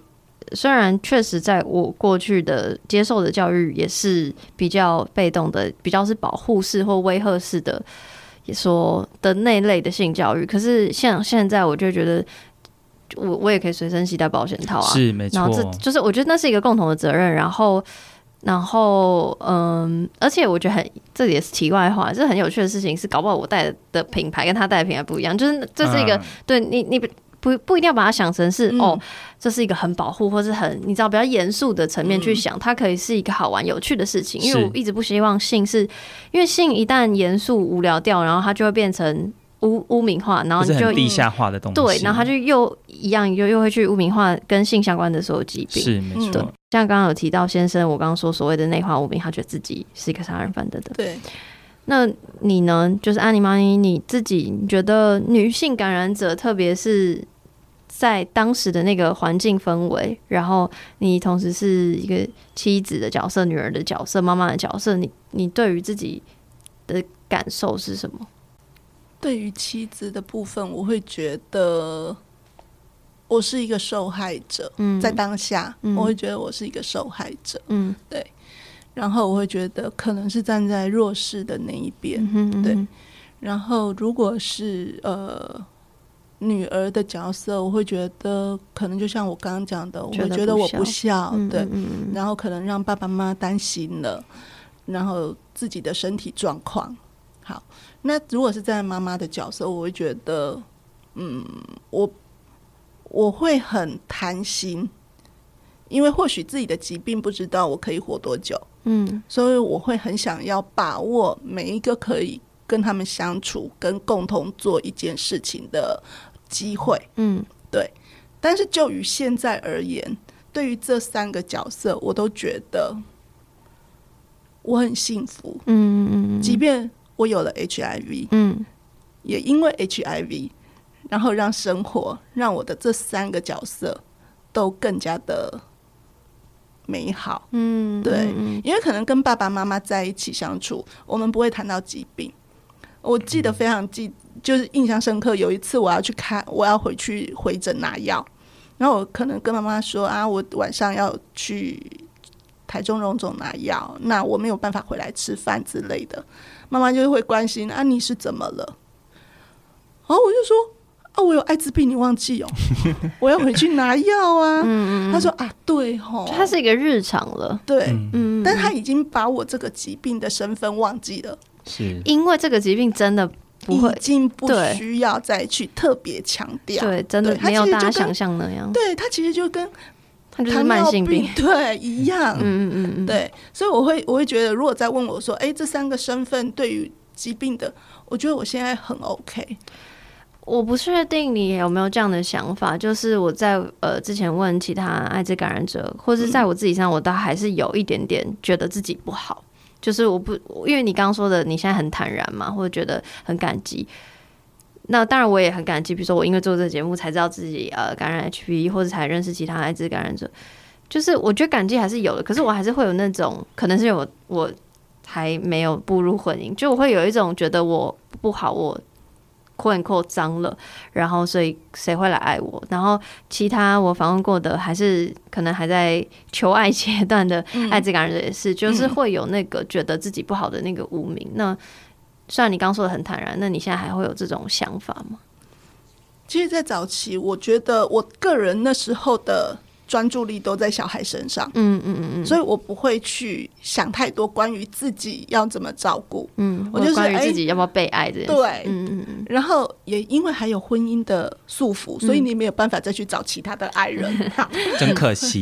虽然确实在我过去的接受的教育也是比较被动的，比较是保护式或威吓式的，也说的那类的性教育，可是像现在我就觉得。我我也可以随身携带保险套啊， 是没错。 然后这就是我觉得那是一个共同的责任，然后然后嗯，而且我觉得很这也是题外话，这很有趣的事情是，搞不好我带的品牌跟他带的品牌不一样，就是这是一个、嗯、对你你不不一定要把它想成是、嗯、哦，这是一个很保护或是很你知道比较严肃的层面去想、嗯，它可以是一个好玩有趣的事情，因为我一直不希望性是因为性一旦严肃无聊掉，然后它就会变成。污污名化，然后你就很地下化的东西， 对，然后他就又一样又又会去污名化跟性相关的所有疾病， 是没错。对， 像刚刚有提到先生，我刚刚说所谓的内化污名，他觉得自己是一个杀人犯的的。 对， 那你呢？就是安妮妈咪，你自己你觉得女性感染者，特别是在当时的那个环境氛围，然后你同时是一个妻子的角色、女儿的角色、妈妈的角色，你你对于自己的感受是什么？ 对于妻子的部分，我会觉得我是一个受害者，嗯、在当下、嗯，我会觉得我是一个受害者，嗯，对。然后我会觉得可能是站在弱势的那一边，嗯嗯、对。然后如果是呃女儿的角色，我会觉得可能就像我刚刚讲的，我会觉得我不孝，嗯、对、嗯，然后可能让爸爸妈妈担心了，然后自己的身体状况。好，那如果是在妈妈的角色，我会觉得，嗯，我我会很贪心，因为或许自己的疾病不知道我可以活多久，嗯，所以我会很想要把握每一个可以跟他们相处、跟共同做一件事情的机会，嗯，对。但是就于现在而言，对于这三个角色，我都觉得我很幸福，嗯嗯嗯，即便。我有了 H I V， 嗯，也因为 H I V， 然后让生活让我的这三个角色都更加的美好，嗯，对，嗯、因为可能跟爸爸妈妈在一起相处，我们不会谈到疾病。我记得非常记，就是印象深刻。有一次我要去看，我要回去回诊拿药，然后我可能跟妈妈说啊，我晚上要去台中荣总拿药，那我没有办法回来吃饭之类的。妈妈就会关心啊，你是怎么了？然后我就说啊，我有艾滋病，你忘记哦？我要回去拿药啊。嗯嗯，他说啊，对吼， 它是一个日常了， 对，嗯，但他已经把我这个疾病的身份忘记了， 是因为这个疾病真的不会， 已经不需要再去特别强调， 对，真的没有大家想象那样， 对，它其实就跟。 它就是慢性病， 对，一样，嗯嗯嗯，对，所以我会我会觉得，如果再问我说，哎，这三个身份对于疾病的，我觉得我现在很 OK。 我不确定你有没有这样的想法，就是我在呃之前问其他艾滋感染者，或是在我自己上，我都还是有一点点觉得自己不好，就是我不，因为你刚刚说的，你现在很坦然嘛，或者觉得很感激。那当然我也很感激，比如说我因为做这个节目才知道自己呃感染 H P V， 或者才认识其他艾滋感染者，就是我觉得感激还是有的，可是我还是会有那种可能是我我还没有步入婚姻，就我会有一种觉得我不好，我 quote unquote 脏了，然后所以谁会来爱我？然后其他我访问过的还是可能还在求爱阶段的艾滋感染者也是，嗯、就是会有那个觉得自己不好的那个污名。那虽然你刚说的很坦然，那你现在还会有这种想法吗？ 其实在早期我觉得我个人那时候的专注力都在小孩身上，嗯嗯嗯，所以我不会去想太多关于自己要怎么照顾，嗯，我就是关于自己要不要被爱这件事， 对，嗯嗯嗯，然后也因为还有婚姻的束缚，所以你没有办法再去找其他的爱人， 嗯、真可惜。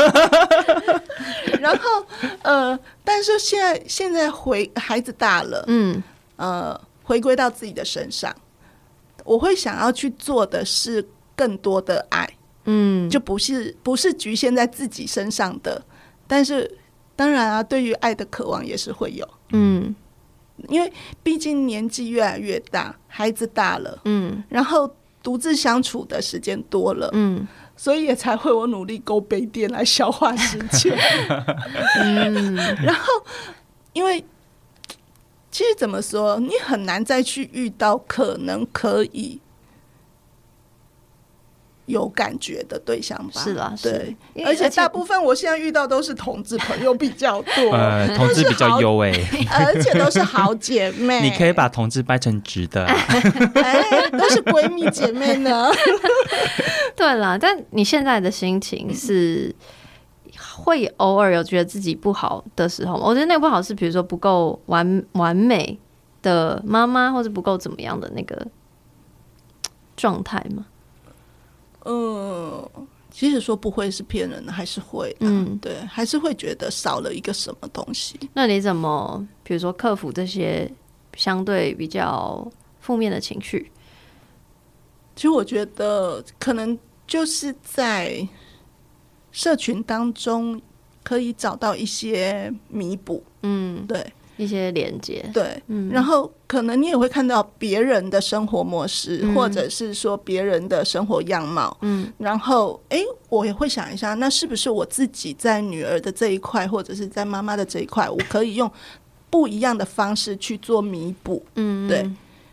然后呃，但是现在现在回孩子大了，嗯。呃，回归到自己的身上，我会想要去做的是更多的爱，嗯，就不是不是局限在自己身上的，但是当然啊，对于爱的渴望也是会有，嗯，因为毕竟年纪越来越大，孩子大了，嗯，然后独自相处的时间多了，嗯，所以也才会我努力勾杯垫来消化时间，嗯，然后因为。其实怎么说，你很难再去遇到可能可以有感觉的对象吧。 是啦， 对， 是而且大部分我现在遇到都是同志朋友比较多， 呃，同志比较优哎、 欸，而且都是好姐妹。 你可以把同志掰成直的、啊， 哎，都是闺蜜姐妹呢。 对啦，但你现在的心情是会偶尔有觉得自己不好的时候吗？我觉得那个不好是比如说不够完完美的妈妈，或者不够怎么样的那个状态吗？ 嗯，其实说不会是骗人的，还是会、啊，嗯，对，还是会觉得少了一个什么东西。 那你怎么，比如说克服这些相对比较负面的情绪？ 其实我觉得可能就是在社群当中可以找到一些弥补，嗯，对。 一些连接， 对、嗯，然后可能你也会看到别人的生活模式、嗯、或者是说别人的生活样貌，嗯，然后哎，我也会想一下，那是不是我自己在女儿的这一块或者是在妈妈的这一块，我可以用不一样的方式去做弥补，嗯，对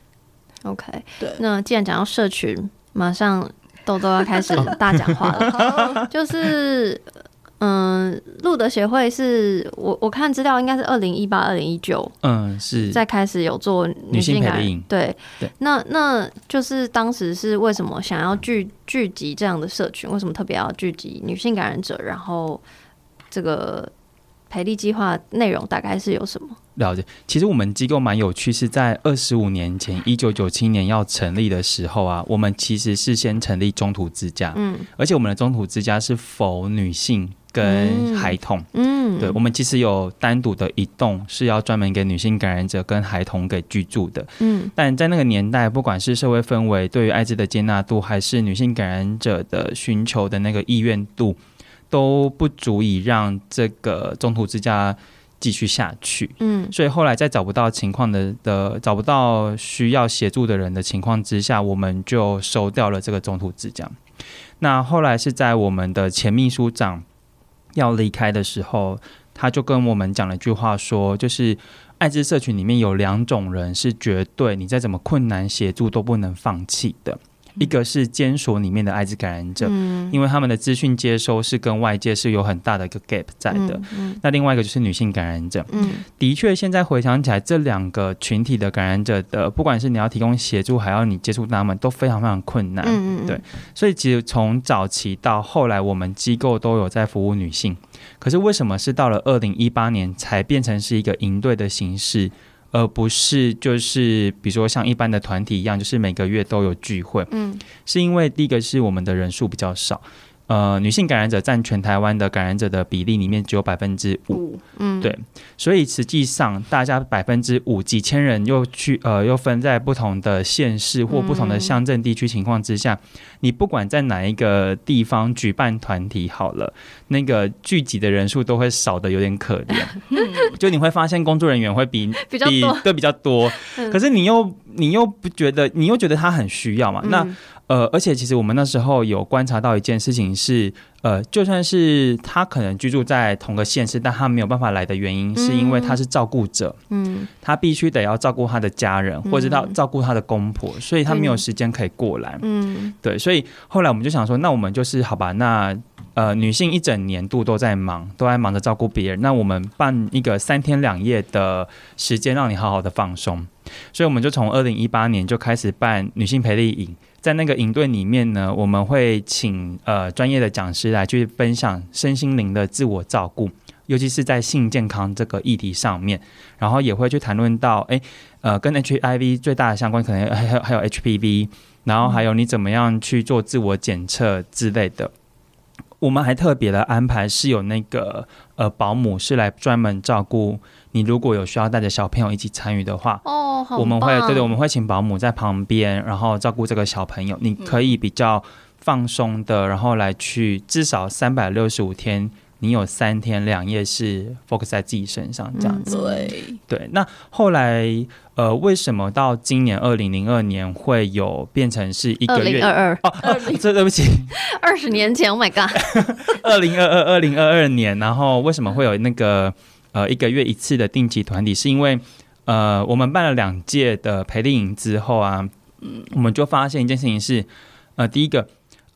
OK， 对。 那既然讲到社群，马上豆豆要开始大讲话了就是嗯，路德协会是我我看资料应该是二零一八、二零一九， 嗯，是再开始有做女性感染，对对。 那那就是当时是为什么想要聚聚集这样的社群？为什么特别要聚集女性感染者？然后这个培力计划内容大概是有什么？ 了解，其实我们机构蛮有趣，是在二十五年前，一九九七年要成立的时候啊，我们其实是先成立中途之家，嗯，而且我们的中途之家是否女性跟孩童，嗯，对，我们其实有单独的一栋是要专门给女性感染者跟孩童给居住的，嗯，但在那个年代，不管是社会氛围对于艾滋的接纳度，还是女性感染者的寻求的那个意愿度，都不足以让这个中途之家继续下去，嗯，所以后来在找不到情况的的找不到需要协助的人的情况之下，我们就收掉了这个中途之家。那后来是在我们的前秘书长要离开的时候，他就跟我们讲了一句话说，就是艾滋社群里面有两种人是绝对你再怎么困难协助都不能放弃的，一个是监所里面的艾滋感染者，嗯，因为他们的资讯接收是跟外界是有很大的一个 gap 在的，嗯嗯，那另外一个就是女性感染者，嗯，的确现在回想起来，这两个群体的感染者的，不管是你要提供协助还要你接触他们，都非常非常困难，嗯嗯，对，所以其实从早期到后来我们机构都有在服务女性，可是为什么是到了二零一八年才变成是一个营队的形式，而不是就是比如说像一般的团体一样，就是每个月都有聚会，嗯，是因为第一个是我们的人数比较少，呃，女性感染者占全台湾的感染者的比例里面只有百分之五，嗯，对，所以实际上大家百分之五几千人又去呃又分在不同的县市或不同的乡镇地区情况之下，嗯，你不管在哪一个地方举办团体好了，那个聚集的人数都会少得有点可怜，就你会发现工作人员会比比较多， 对比较多，嗯，可是你又你又不觉得你又觉得他很需要嘛，嗯，那。呃，而且其实我们那时候有观察到一件事情是，呃，就算是他可能居住在同个县市，但他没有办法来的原因，是因为他是照顾者，嗯，他必须得要照顾他的家人，或者到照顾他的公婆，所以他没有时间可以过来，嗯，对，所以后来我们就想说，那我们就是好吧，那呃，女性一整年度都在忙，都在忙着照顾别人，那我们办一个三天两夜的时间，让你好好的放松，所以我们就从二零一八年就开始办女性培力营。在那个营队里面呢，我们会请呃专业的讲师来去分享身心灵的自我照顾，尤其是在性健康这个议题上面，然后也会去谈论到，哎，呃，跟 H I V 最大的相关可能还有还有 H P V， 然后还有你怎么样去做自我检测之类的。我们还特别的安排是有那个呃保姆是来专门照顾你，如果有需要带着小朋友一起参与的话， 哦，好棒， 我们会对对，我们会请保姆在旁边，然后照顾这个小朋友，你可以比较放松的，然后来去至少三百六十五天。你有三天两夜是 focus 在自己身上这样子， 嗯、对对。那后来呃，为什么到今年二零零二年会有变成是一个月？ 二零二二哦，这对不起， 二十年前 ，Oh my god， 二零二二二零二二年，然后为什么会有那个呃一个月一次的定期团体？是因为呃我们办了两届的培力营之后啊，嗯，我们就发现一件事情是，呃，第一个。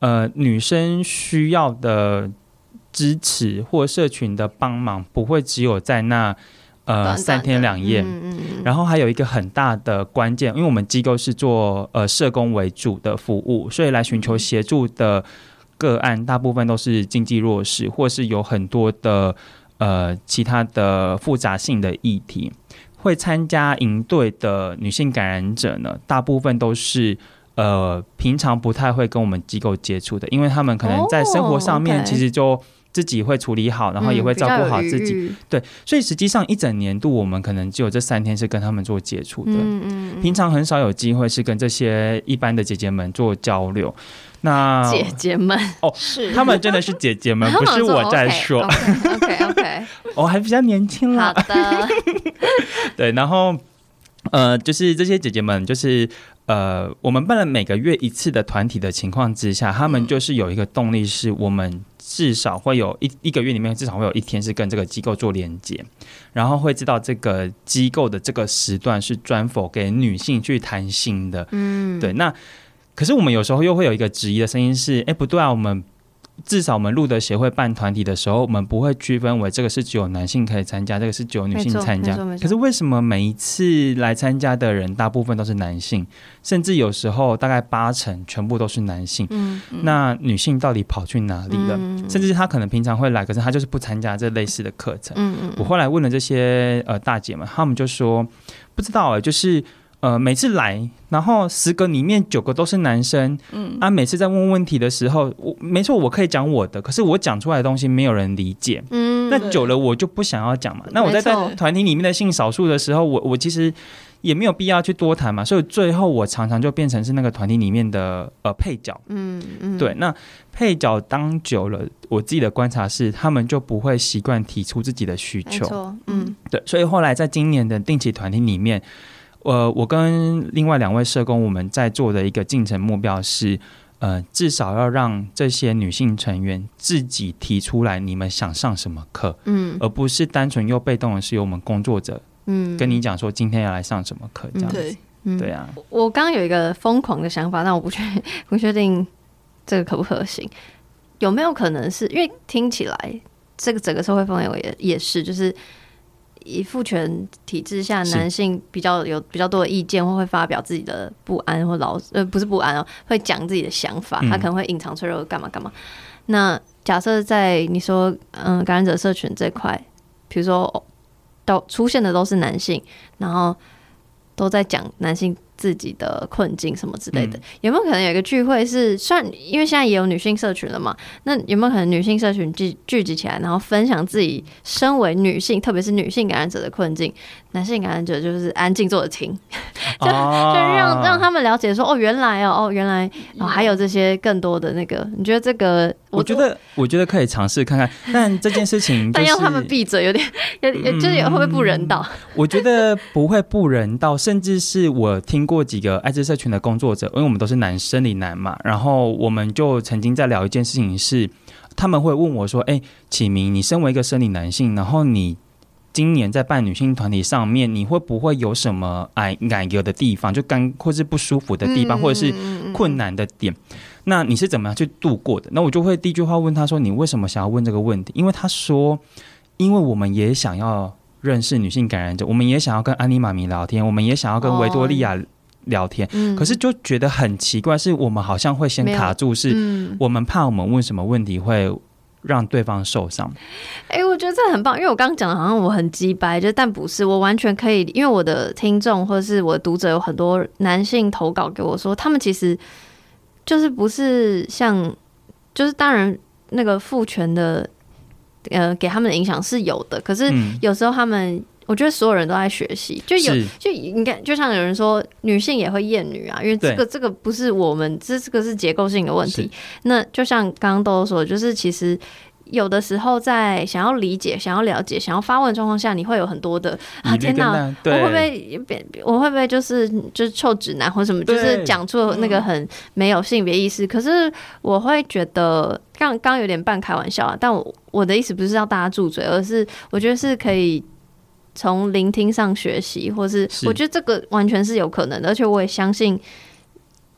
呃女生需要的支持或社群的帮忙，不会只有在那呃三天两夜。嗯嗯嗯，然后还有一个很大的关键，因为我们机构是做呃社工为主的服务，所以来寻求协助的个案大部分都是经济弱势，或是有很多的呃其他的复杂性的议题。会参加营队的女性感染者呢，大部分都是呃平常不太会跟我们机构接触的，因为他们可能在生活上面其实就自己会处理好，然后也会照顾好自己。嗯、对，所以实际上一整年度我们可能只有这三天是跟他们做接触的，嗯嗯嗯，平常很少有机会是跟这些一般的姐姐们做交流。那姐姐们哦，是他们真的是姐姐们，不是我在说。 OK OK OK， 我还比较年轻啦。 好的， 对，然后呃，就是这些姐姐们，就是呃，我们办了每个月一次的团体的情况之下，他们就是有一个动力，是我们至少会有一一个月里面至少会有一天是跟这个机构做连接，然后会知道这个机构的这个时段是专否给女性去谈心的。嗯，对，那。可是我们有时候又会有一个质疑的声音是，哎，不对啊，我们至少我们路德协会办团体的时候，我们不会区分为这个是只有男性可以参加，这个是只有女性参加。可是为什么每一次来参加的人大部分都是男性，甚至有时候大概八成全部都是男性？嗯嗯，那女性到底跑去哪里了？嗯、甚至他可能平常会来，可是他就是不参加这类似的课程。嗯嗯，我后来问了这些呃大姐们，他们就说不知道哎、欸，就是。呃，每次来，然后十个里面九个都是男生，嗯啊，每次在问问题的时候，我没错，我可以讲我的，可是我讲出来的东西没有人理解，嗯，那久了我就不想要讲嘛。那我在在团体里面的性少数的时候，我我其实也没有必要去多谈嘛，所以最后我常常就变成是那个团体里面的呃配角，嗯嗯，对，那配角当久了，我自己的观察是，他们就不会习惯提出自己的需求，没错，嗯，对，所以后来在今年的定期团体里面。呃，我跟另外两位社工，我们在做的一个进程目标是，呃，至少要让这些女性成员自己提出来，你们想上什么课，嗯，而不是单纯又被动的是由我们工作者，嗯，跟你讲说今天要来上什么课这样子，对，嗯、对啊。 我刚刚有一个疯狂的想法，但我不确不确定这个可不可行，有没有可能是因为听起来这个整个社会氛围也也是就是。以父权体制下，男性比较有比较多的意见，或会发表自己的不安或劳呃不是不安哦，会讲自己的想法，他可能会隐藏脆弱干嘛干嘛。那假设在你说嗯、呃、感染者社群这块，比如说都出现的都是男性，然后都在讲男性自己的困境什么之类的，嗯、有没有可能有一个聚会是，算因为现在也有女性社群了嘛？那有没有可能女性社群聚聚集起来，然后分享自己身为女性，特别是女性感染者的困境？男性感染者就是安静坐着听，就就让让他们了解说，哦，原来哦，哦，原来哦，还有这些更多的那个，你觉得这个？ 我觉得我觉得可以尝试看看，但这件事情、就是， 但要他们闭嘴，有点有点，就是会不会不人道？ 我觉得不会不人道，甚至是我听过几个艾滋社群的工作者，因为我们都是男生理男嘛，然后我们就曾经在聊一件事情是，他们会问我说：“哎、欸，启明，你身为一个生理男性，然后你。”今年在办女性团体上面，你会不会有什么哎感觉的地方，就干或是不舒服的地方，或者是困难的点？那你是怎么样去度过的？那我就会第一句话问他说：“你为什么想要问这个问题？”因为他说：“因为我们也想要认识女性感染者，我们也想要跟安妮妈咪聊天，我们也想要跟维多利亚聊天，哦、可是就觉得很奇怪，是我们好像会先卡住，是我们怕我们问什么问题会。”让对方受伤。 哎、欸，我觉得这很棒，因为我刚刚讲的好像我很鸡掰，就但不是，我完全可以，因为我的听众或者是我的读者有很多男性投稿给我说，他们其实就是不是像，就是当然那个父权的呃给他们的影响是有的，可是有时候他们。嗯我觉得所有人都在学习，就有就应该就像有人说，女性也会厌女啊，因为这个这个不是我们这这个是结构性的问题。那就像刚刚豆豆说的，就是其实有的时候在想要理解、想要了解、想要发问的状况下，你会有很多的啊，天哪，我会不会我会不会就是就是臭直男或什么，就是讲出那个很没有性别意识？可是我会觉得刚刚有点半开玩笑啊，但我我的意思不是要大家住嘴，而是我觉得是可以。从聆听上学习，或是我觉得这个完全是有可能的，而且我也相信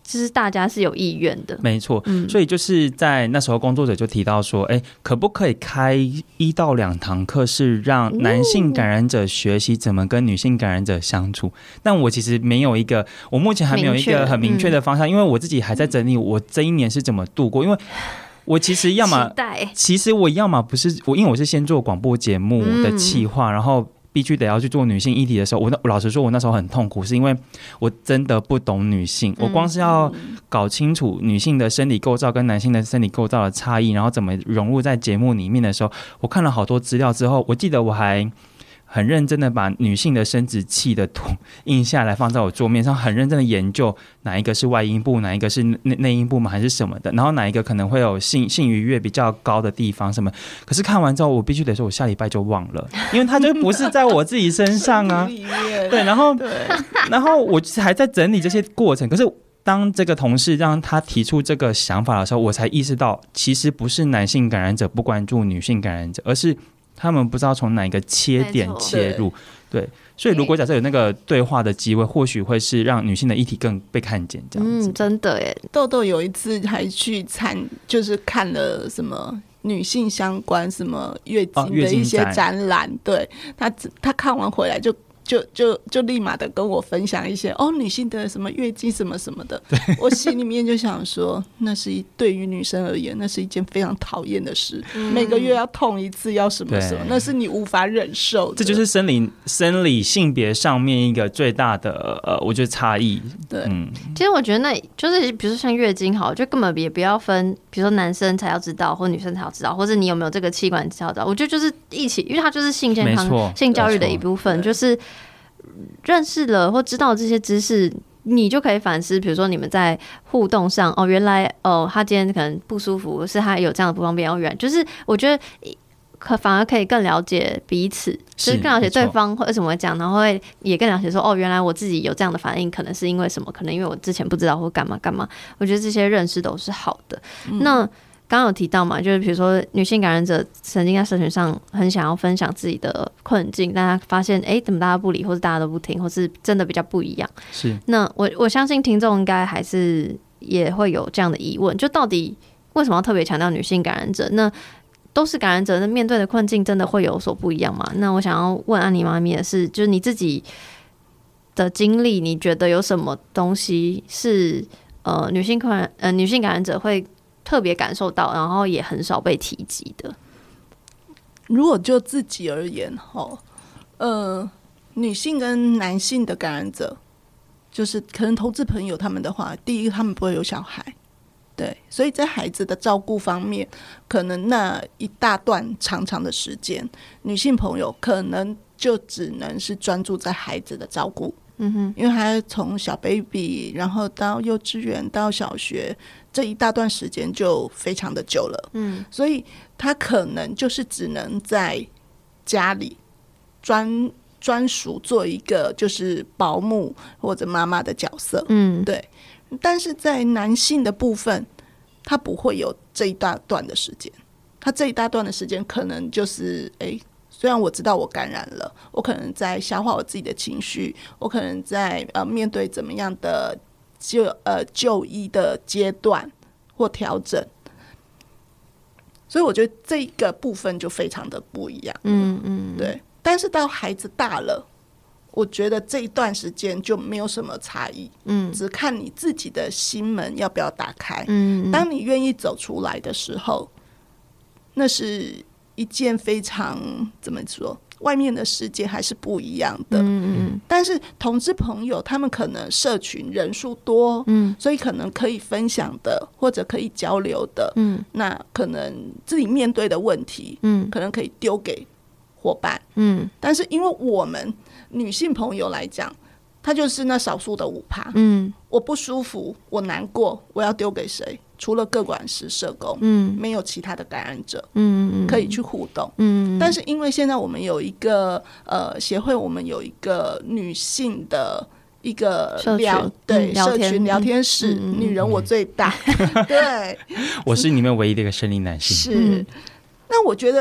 就是大家是有意愿的， 没错、嗯、所以就是在那时候工作者就提到说，哎，可不可以开一到两堂课是让男性感染者学习怎么跟女性感染者相处、嗯、但我其实没有一个，我目前还没有一个很明确的方向、嗯、因为我自己还在整理我这一年是怎么度过，因为我其实要么其实我要么不是我，因为我是先做广播节目的企划、嗯、然后必须得要去做女性议题的时候，我我老实说我那时候很痛苦，是因为我真的不懂女性，我光是要搞清楚女性的生理构造跟男性的生理构造的差异，然后怎么融入在节目里面的时候，我看了好多资料之后，我记得我还很认真的把女性的生殖器的图印下来放在我桌面上，很认真的研究哪一个是外阴部，哪一个是内阴部嘛还是什么的，然后哪一个可能会有性性愉悦比较高的地方什么，可是看完之后我必须得说我下礼拜就忘了，因为它就不是在我自己身上啊对，然后然后我还在整理这些过程，可是当这个同事让他提出这个想法的时候，我才意识到其实不是男性感染者不关注女性感染者，而是他们不知道从哪一个切点切入， 对, 对，所以如果假设有那个对话的机会，或许会是让女性的议题更被看见这样子。 嗯，真的耶。 豆豆有一次还去参，就是看了什么女性相关什么月经的一些展览，哦、对他他看完回来就。就就就立马的跟我分享一些哦，女性的什么月经什么什么的，我心里面就想说，那是一对于女生而言，那是一件非常讨厌的事、嗯。每个月要痛一次，要什么什么，那是你无法忍受的。 这就是生理生理性别上面一个最大的呃，我觉得差异。 对，嗯，其实我觉得那就是比如说像月经好，就根本也不要分，比如说男生才要知道，或女生才要知道，或者你有没有这个器官才要知道。我觉得就是一起，因为它就是性健康、性教育的一部分，就是。认识了或知道这些知识，你就可以反思，比如说你们在互动上，哦，原来哦，他今天可能不舒服，是他有这样的不方便，哦，原来就是我觉得可反而可以更了解彼此，就是更了解对方为什么会这样，然后会也更了解说，哦，原来我自己有这样的反应，可能是因为什么，可能因为我之前不知道或干嘛干嘛。我觉得这些认识都是好的。嗯、那刚刚有提到嘛，就是比如说女性感染者曾经在社群上很想要分享自己的困境，但他发现哎、欸，怎么大家不理，或是大家都不听，或是真的比较不一样。 是， 那我我相信听众应该还是也会有这样的疑问，就到底为什么要特别强调女性感染者？那都是感染者，那面对的困境真的会有所不一样吗？那我想要问安妮妈咪的是，就是你自己的经历，你觉得有什么东西是呃女性感呃女性感染者会特别感受到，然后也很少被提及的？ 如果就自己而言，呃，女性跟男性的感染者，就是可能同志朋友他们的话，第一个他们不会有小孩，对，所以在孩子的照顾方面，可能那一大段长长的时间，女性朋友可能就只能是专注在孩子的照顾。嗯哼，因为他从小 baby 然后到幼稚园到小学这一大段时间就非常的久了，嗯，所以他可能就是只能在家里专专属做一个就是保姆或者妈妈的角色，嗯，对。但是在男性的部分，他不会有这一大段的时间，他这一大段的时间可能就是哎。虽然我知道我感染了，我可能在消化我自己的情绪，我可能在呃面对怎么样的就呃就医的阶段或调整，所以我觉得这个部分就非常的不一样。嗯嗯，对。但是到孩子大了，我觉得这一段时间就没有什么差异，嗯，只看你自己的心门要不要打开。嗯，当你愿意走出来的时候，那是一件非常怎么说，外面的世界还是不一样的。嗯嗯，但是同志朋友他们可能社群人数多，嗯，所以可能可以分享的或者可以交流的，嗯，那可能自己面对的问题，嗯，可能可以丢给伙伴，嗯，但是因为我们女性朋友来讲，她就是那少数的五趴，嗯，我不舒服，我难过，我要丢给谁？除了个管师社工，嗯，没有其他的感染者，嗯，可以去互动，嗯，但是因为现在我们有一个呃协会，我们有一个女性的一个聊对、嗯、社群聊天室，嗯、女人我最大，嗯、对， 我是你们唯一的一个生理男性， 是。那我觉得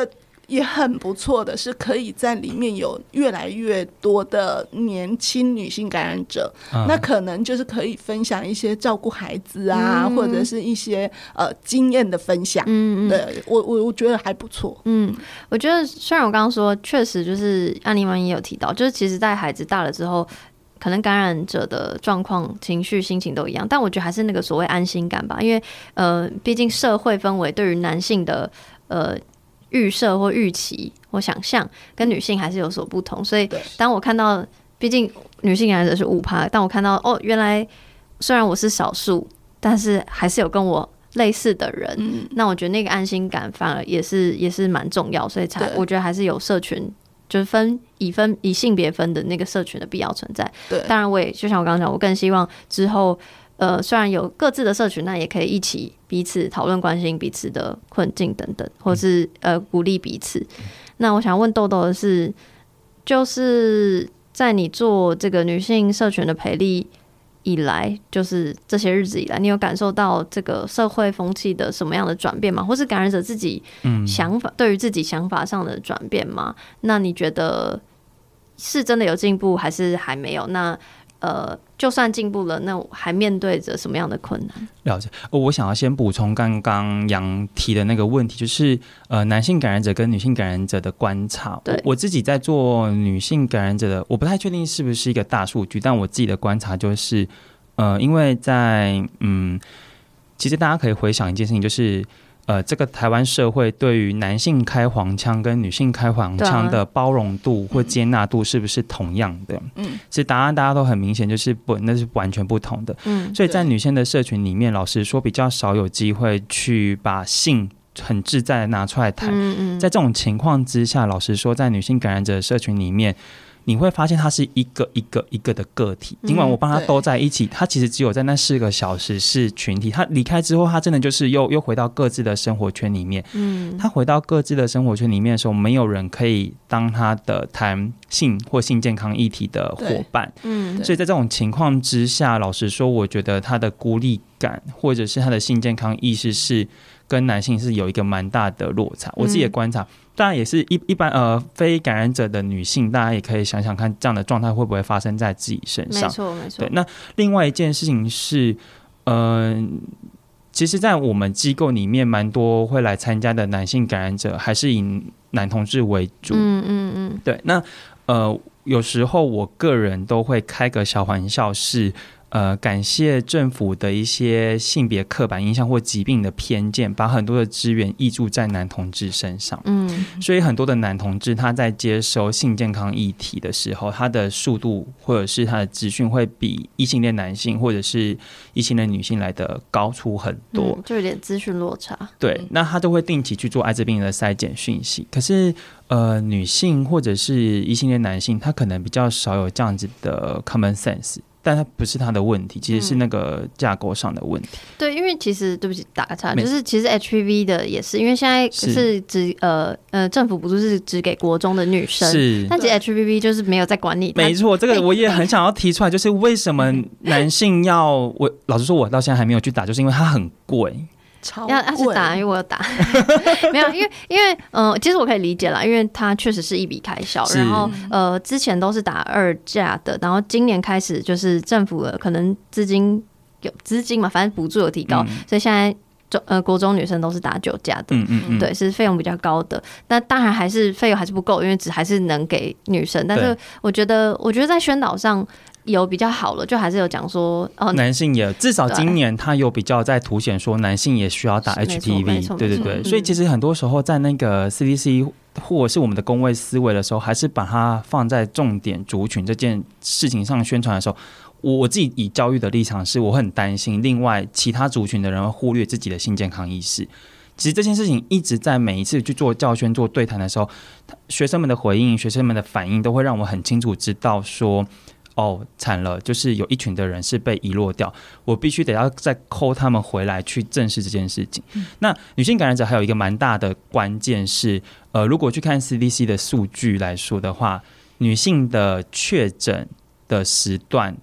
也很不错的是，可以在里面有越来越多的年轻女性感染者，嗯、那可能就是可以分享一些照顾孩子啊，嗯、或者是一些呃经验的分享。嗯，对我我我觉得还不错。 嗯，我觉得虽然我刚刚说，确实就是安妮妈也有提到，就是其实在孩子大了之后，可能感染者的状况、情绪、心情都一样，但我觉得还是那个所谓安心感吧，因为呃，毕竟社会氛围对于男性的呃。预设或预期或想象跟女性还是有所不同，所以当我看到，毕竟女性感染者是 百分之五， 但我看到哦，原来虽然我是少数，但是还是有跟我类似的人，嗯、那我觉得那个安心感反而也是也是蛮重要，所以才我觉得还是有社群，就是分以分以性别分的那个社群的必要存在。对，当然我也就像我刚刚讲，我更希望之后。呃，虽然有各自的社群，那也可以一起彼此讨论、关心彼此的困境等等，或是呃鼓励彼此。那我想问豆豆的是，就是在你做这个女性社群的培力以来，就是这些日子以来，你有感受到这个社会风气的什么样的转变吗？或是感染者自己想法、嗯、对于自己想法上的转变吗？那你觉得是真的有进步，还是还没有？那呃，就算进步了，那还面对着什么样的困难？ 了解。哦、我想要先补充刚刚杨提的那个问题，就是呃，男性感染者跟女性感染者的观察。我我自己在做女性感染者的，我不太确定是不是一个大数据，但我自己的观察就是，呃，因为在嗯，其实大家可以回想一件事情，就是。呃，这个台湾社会对于男性开黄腔跟女性开黄腔的包容度或接纳度是不是同样的？嗯，其实答案大家都很明显，就是不，那是完全不同的。嗯，所以在女性的社群里面，老实说比较少有机会去把性很自在的拿出来谈。嗯嗯，在这种情况之下，老实说，在女性感染者的社群里面。你会发现它是一个一个一个的个体，尽管我帮他都在一起，他其实只有在那四个小时是群体。他离开之后，他真的就是又又回到各自的生活圈里面。嗯，他回到各自的生活圈里面的时候，没有人可以当他的谈性或性健康议题的伙伴。嗯，所以在这种情况之下，老实说，我觉得他的孤立感或者是他的性健康意识是跟男性是有一个蛮大的落差。我自己的观察。当然也是一一般呃非感染者的女性，大家也可以想想看，这样的状态会不会发生在自己身上？没错，没错。 对，那另外一件事情是，呃，其实，在我们机构里面，蛮多会来参加的男性感染者，还是以男同志为主。嗯嗯嗯。对，那呃，有时候我个人都会开个小玩笑是。呃，感谢政府的一些性别刻板印象或疾病的偏见，把很多的资源挹注在男同志身上。嗯，所以很多的男同志他在接收性健康议题的时候，他的速度或者是他的资讯会比异性恋男性或者是异性恋女性来的高出很多， 嗯、就有点资讯落差。 对，那他都会定期去做艾滋病的筛检讯息，可是。呃，女性或者是异性恋男性，他可能比较少有这样子的 common sense， 但它不是他的问题，其实是那个架构上的问题。嗯、 对，因为其实对不起，打个岔，就是其实 H P V 的也是，因为现在是只呃呃政府补助是只给国中的女生，是，但其实 H P V 就是没有在管理。 没错，这个我也很想要提出来，就是为什么男性要我老实说，我到现在还没有去打，就是因为它很贵。 要要是打，因为我有打，没有，因为因为呃，其实我可以理解啦，因为它确实是一笔开销。然后呃，之前都是打二价的，然后今年开始就是政府的可能资金有资金嘛，反正补助有提高，嗯、所以现在呃国中女生都是打九价的，嗯嗯嗯对，是费用比较高的。但当然还是费用还是不够，因为只还是能给女生。但是我觉得，我觉得在宣导上。有比较好了，就还是有讲说，哦， 男性也至少今年他有比较在凸显说男性也需要打 H P V， 对对对，所以其实很多时候在那个 C D C 或者是我们的公卫思维的时候，还是把它放在重点族群这件事情上宣传的时候，我自己以教育的立场是，我很担心另外其他族群的人会忽略自己的性健康意识。其实这件事情一直在每一次去做教宣、做对谈的时候，学生们的回应、学生们的反应都会让我很清楚知道说。哦，惨了！就是有一群的人是被遗落掉，我必须得要再扣他们回来去正视这件事情。嗯、那女性感染者还有一个蛮大的关键是，呃，如果去看 C D C 的数据来说的话，女性的确诊的时段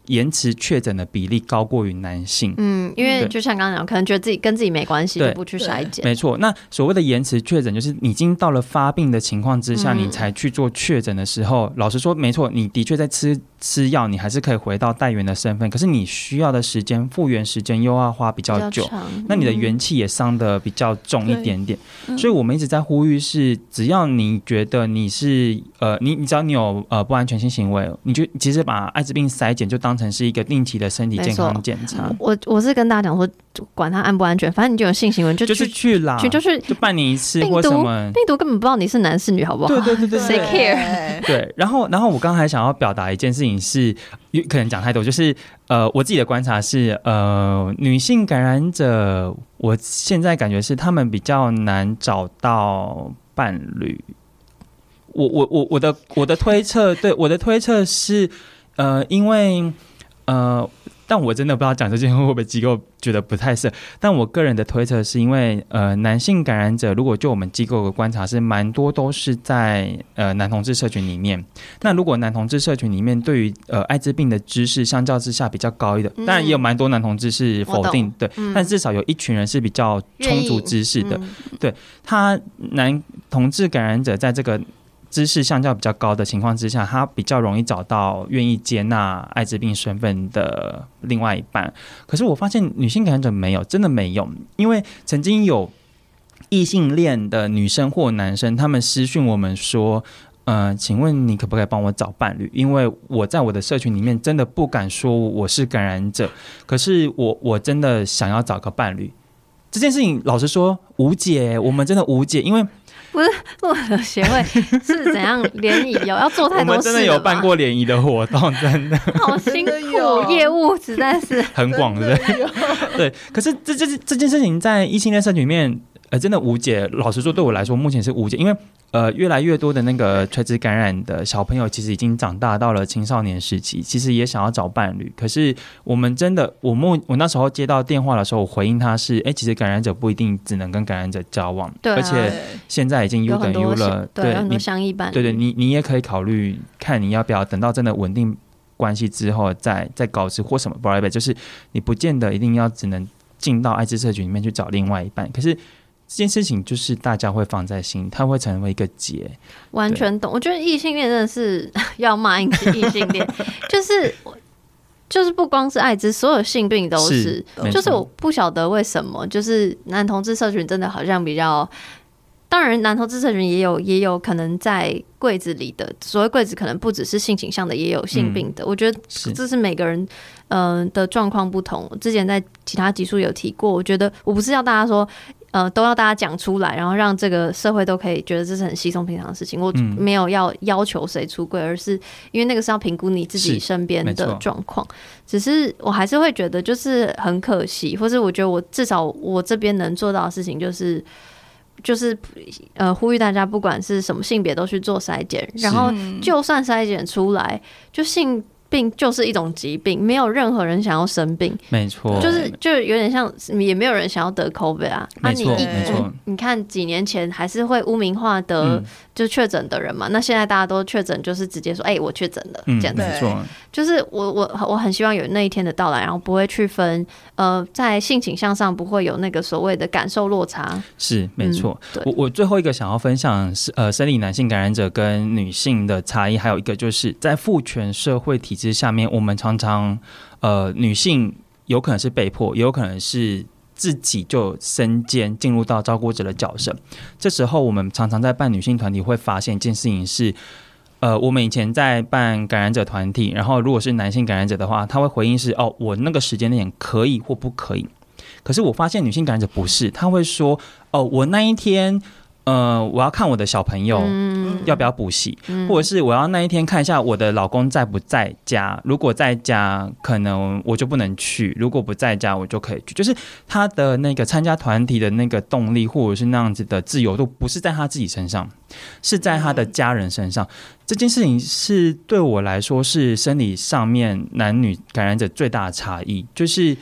延迟确诊的比例高过于男性。 嗯，因为就像刚刚讲，可能觉得自己跟自己没关系，就不去筛检。 没错，那所谓的延迟确诊，就是你已经到了发病的情况之下，嗯、你才去做确诊的时候，老实说，没错，你的确在吃吃药，你还是可以回到带源的身份，可是你需要的时间复原时间又要花比较久，较那你的元气也伤得比较重一点点。嗯、所以我们一直在呼吁是，只要你觉得你是呃，你你只要你有呃不安全性行为，你就其实把艾滋病筛检就当成是一个定期的身体健康检查。 我我是跟大家讲说，管它安不安全，反正你就有性行为就去就是去啦， 去就是就半年一次或什么， 病毒根本不知道你是男是女，好不好？ 对对对对， 谁 care？ 对，然后然后我刚才想要表达一件事情是，可能讲太多，就是呃，我自己的观察是，呃，女性感染者，我现在感觉是他们比较难找到伴侣。我我我我的我的推测，对我的推测是，呃，因为呃。但我真的不知道讲这件事会不会机构觉得不太适合，但我个人的推测是因为呃男性感染者，如果就我们机构的观察是蛮多都是在呃男同志社群里面，那如果男同志社群里面对于呃艾滋病的知识相较之下比较高一点，当然也有蛮多男同志是否定，对、嗯，但至少有一群人是比较充足知识的，嗯、对他男同志感染者在这个知识相较比较高的情况之下，他比较容易找到愿意接纳艾滋病身份的另外一半。可是我发现女性感染者没有，真的没有，因为曾经有异性恋的女生或男生，他们私讯我们说，呃，请问你可不可以帮我找伴侣？因为我在我的社群里面真的不敢说我是感染者，可是我我真的想要找个伴侣。这件事情老实说无解，我们真的无解，因为不是路德协会是怎样联谊有要做太多事了吗？ 我们真的有办过联谊的活动，真的好辛苦，业务实在是很广的。对，可是这这这件事情在异性恋社群里面，呃，真的无解。老实说，对我来说，目前是无解，因为呃，越来越多的那个垂直感染的小朋友，其实已经长大到了青少年时期，其实也想要找伴侣。可是我们真的，我目我那时候接到电话的时候，我回应他是，哎、欸，其实感染者不一定只能跟感染者交往， 对、啊， 而且现在已经 U 等 U 了， 对，有很多相异伴侣， 对对，你你也可以考虑看你要不要等到真的稳定关系之后再再告知或什么，不就是你不见得一定要只能进到艾滋社群里面去找另外一半，可是。这件事情就是大家会放在心，它会成为一个结。 完全懂，我觉得异性恋真的是要骂异性恋，就是就是不光是艾滋，所有性病都是。是就是我不晓得为什么，就是男同志社群真的好像比较。当然，男同志社群也有也有可能在柜子里的，所谓柜子可能不只是性倾向的，也有性病的。嗯、我觉得这是每个人呃的状况不同。之前在其他集数有提过，我觉得我不是要大家说。呃，都要大家讲出来，然后让这个社会都可以觉得这是很稀松平常的事情。我没有要要求谁出柜，而是因为那个是要评估你自己身边的状况。只是我还是会觉得就是很可惜，或是我觉得我至少我这边能做到的事情就是就是呃呼吁大家，不管是什么性别都去做筛检，然后就算筛检出来，就性。病就是一种疾病，没有任何人想要生病， 没错， 就是就有点像，也没有人想要得 COVID 啊。 没错， 啊、你没错。 你看几年前还是会污名化得、嗯、就确诊的人嘛，那现在大家都确诊，就是直接说，哎、欸，我确诊了， 嗯、 这样子。 没错， 就是我我我很希望有那一天的到来，然后不会去分，呃，在性倾向上不会有那个所谓的感受落差。 是没错、嗯。我我最后一个想要分享是呃，生理男性感染者跟女性的差异，还有一个就是在父权社会体制下面，我们常常呃女性有可能是被迫，也有可能是自己就身兼进入到照顾者的角色。这时候我们常常在办女性团体会发现一件事情是，呃，我们以前在办感染者团体，然后如果是男性感染者的话，他会回应是哦，我那个时间点可以或不可以。可是我发现女性感染者不是，他会说哦，我那一天。呃，我要看我的小朋友要不要补习、嗯，或者是我要那一天看一下我的老公在不在家。如果在家，可能我就不能去；如果不在家，我就可以去。就是他的那个参加团体的那个动力，或者是那样子的自由度，不是在他自己身上，是在他的家人身上。这件事情是对我来说是生理上面男女感染者最大的差异，就是。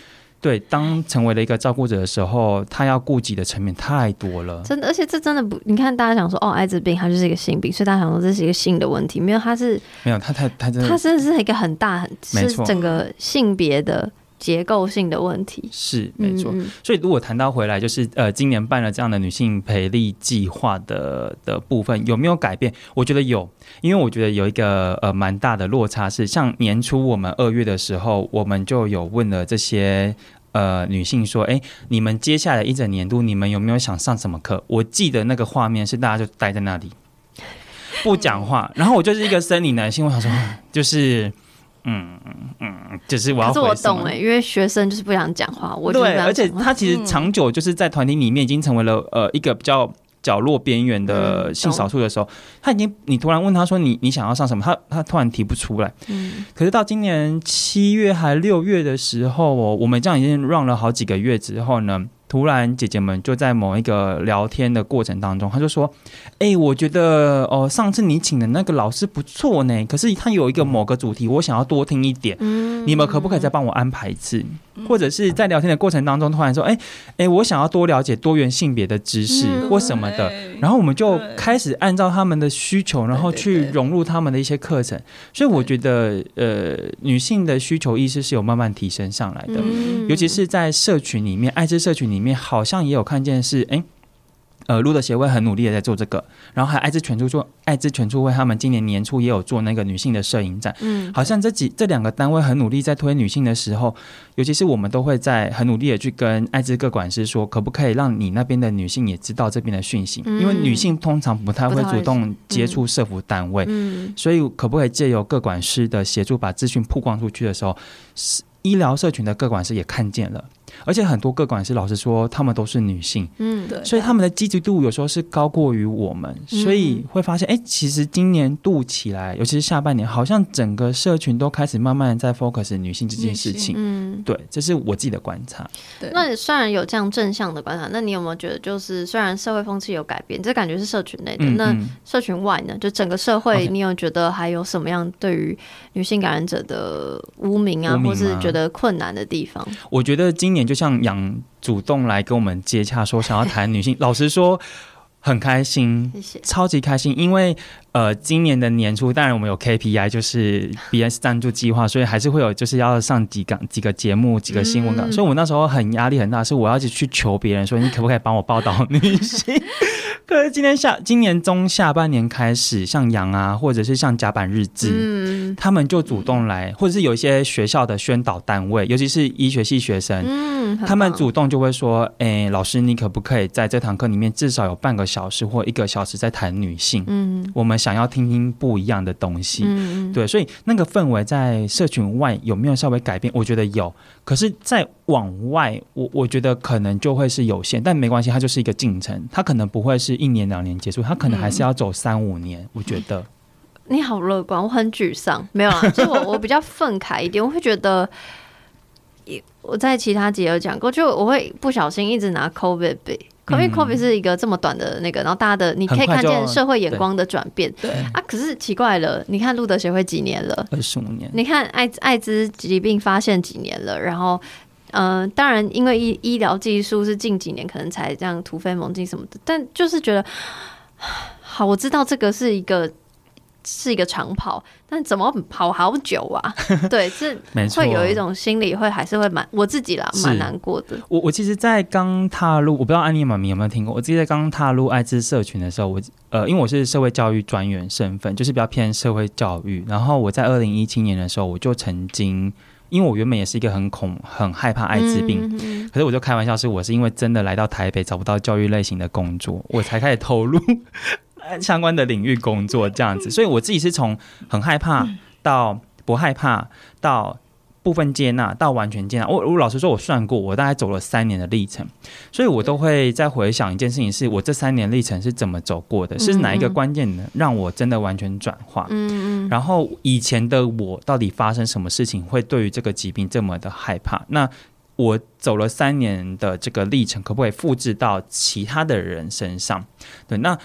对，当成为了一个照顾者的时候，他要顾及的层面太多了， 真的，而且这真的不，你看大家想说哦，艾滋病它就是一个性病，所以大家想说这是一个性的问题，没有，它是没有，他他他真的， 它真的是一个很大很是整个性别的结构性的问题， 是没错、 嗯。 所以如果谈到回来，就是呃，今年办了这样的女性培力计划的的部分，有没有改变？我觉得有，因为我觉得有一个呃蛮大的落差是，像年初我们二月的时候，我们就有问了这些。呃，女性说：“哎，你们接下来一整年度，你们有没有想上什么课？”我记得那个画面是大家就待在那里不讲话，然后我就是一个生理男性，我想说，就是嗯嗯，就是我要回什么。 可是我懂哎、欸，因为学生就是不想讲话，我就是不想讲话。 对，而且他其实长久就是在团体里面已经成为了呃一个比较。角落边缘的性少数的时候、嗯，他已经你突然问他说你你想要上什么，他他突然提不出来。嗯，可是到今年七月还六月的时候哦，我们这样已经 run 了好几个月之后呢，突然姐姐们就在某一个聊天的过程当中，他就说：“哎、欸，我觉得哦，上次你请的那个老师不错呢，可是他有一个某个主题，我想要多听一点，嗯、你们可不可以再帮我安排一次？”或者是在聊天的过程当中，突然说：“哎、欸、哎、欸，我想要多了解多元性别的知识、嗯、或什么的。”然后我们就开始按照他们的需求，然后去融入他们的一些课程。所以我觉得，呃，女性的需求意识是有慢慢提升上来的，嗯、尤其是在社群里面，艾滋社群里面，好像也有看见是哎。欸呃，路德协会很努力的在做这个，然后还有艾滋全促做艾滋全促会，他们今年年初也有做那个女性的摄影展，嗯，好像这几这两个单位很努力在推女性的时候，尤其是我们都会在很努力的去跟艾滋各管师说，可不可以让你那边的女性也知道这边的讯息、嗯，因为女性通常不太会主动接触社福单位，嗯，所以可不可以借由各管师的协助，把资讯曝光出去的时候，医疗社群的各管师也看见了。而且很多个管师老实说他们都是女性，嗯，对，所以他们的积极度有时候是高过于我们、嗯、所以会发现哎、欸，其实今年度起来尤其是下半年好像整个社群都开始慢慢在 focus 女性这件事情，嗯，对，这是我自己的观察。 对，那虽然有这样正向的观察，那你有没有觉得就是虽然社会风气有改变，这感觉是社群内的、嗯、那社群外呢，就整个社会你有觉得还有什么样对于女性感染者的污名啊，污名或是觉得困难的地方？ 我觉得今年就像杨主动来跟我们接洽说想要谈女性老实说很开心，谢谢，超级开心，因为呃，今年的年初，当然我们有 K P I， 就是 B S 赞助计划，所以还是会有就是要上几个几个节目、几个新闻稿、嗯，所以我那时候很压力很大，是我要去求别人说，你可不可以帮我报道女性？可是今年下今年中下半年开始，像杨啊，或者是像甲板日志、嗯，他们就主动来，或者是有一些学校的宣导单位，尤其是医学系学生，嗯，他们主动就会说，哎、欸，老师，你可不可以在这堂课里面至少有半个小时或一个小时在谈女性？嗯，我们想要听听不一样的东西，嗯，对，所以那个氛围在社群外有没有稍微改变？我觉得有，可是再往外，我我觉得可能就会是有限，但没关系，它就是一个进程，它可能不会是一年两年结束，它可能还是要走三五年、嗯、我觉得你好乐观，我很沮丧，没有啦，就我我比较愤慨一点，我会觉得我在其他集有讲过，就我会不小心一直拿 COVID 比因为 COVID 是一个这么短的那个，然后大家的你可以看见社会眼光的转变，对啊，可是奇怪了，你看路德协会几年了？ 二十五年。 你看艾艾滋疾病发现几年了？然后，呃，当然因为医医疗技术是近几年可能才这样突飞猛进什么的，但就是觉得，好，我知道这个是一个。是一个长跑，但怎么跑好久啊？对，这会有一种心理会还是会蛮我自己啦，蛮难过的。 我我其实，在刚踏入，我不知道安妮妈咪有没有听过。我自己在刚踏入艾滋社群的时候，我呃，因为我是社会教育专员身份，就是比较偏社会教育。然后我在二零一七年的时候，我就曾经。因为我原本也是一个很恐很害怕艾滋病、嗯嗯、可是我就开玩笑是我是因为真的来到台北找不到教育类型的工作，我才开始投入相关的领域工作这样子，所以我自己是从很害怕到不害怕到部分接纳到完全接纳，我我老实说我算过我大概走了三年的历程，所以我都会再回想一件事情，是我这三年历程是怎么走过的，是哪一个关键的让我真的完全转化，嗯，然后以前的我到底发生什么事情会对于这个疾病这么的害怕，那我走了三年的这个历程可不可以复制到其他的人身上？对，那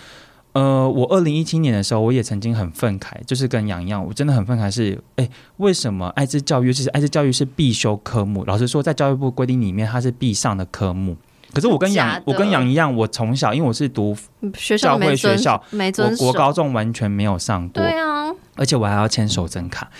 呃，我二零一七年的时候，我也曾经很愤慨，就是跟杨一样，我真的很愤慨是，哎，为什么艾滋教育，其实艾滋教育是必修科目，老实说，在教育部规定里面，它是必上的科目。可是我跟杨，我跟杨一样，我从小因为我是读教会学校， 没遵守， 我国高中完全没有上过， 对啊， 而且我还要签守贞卡。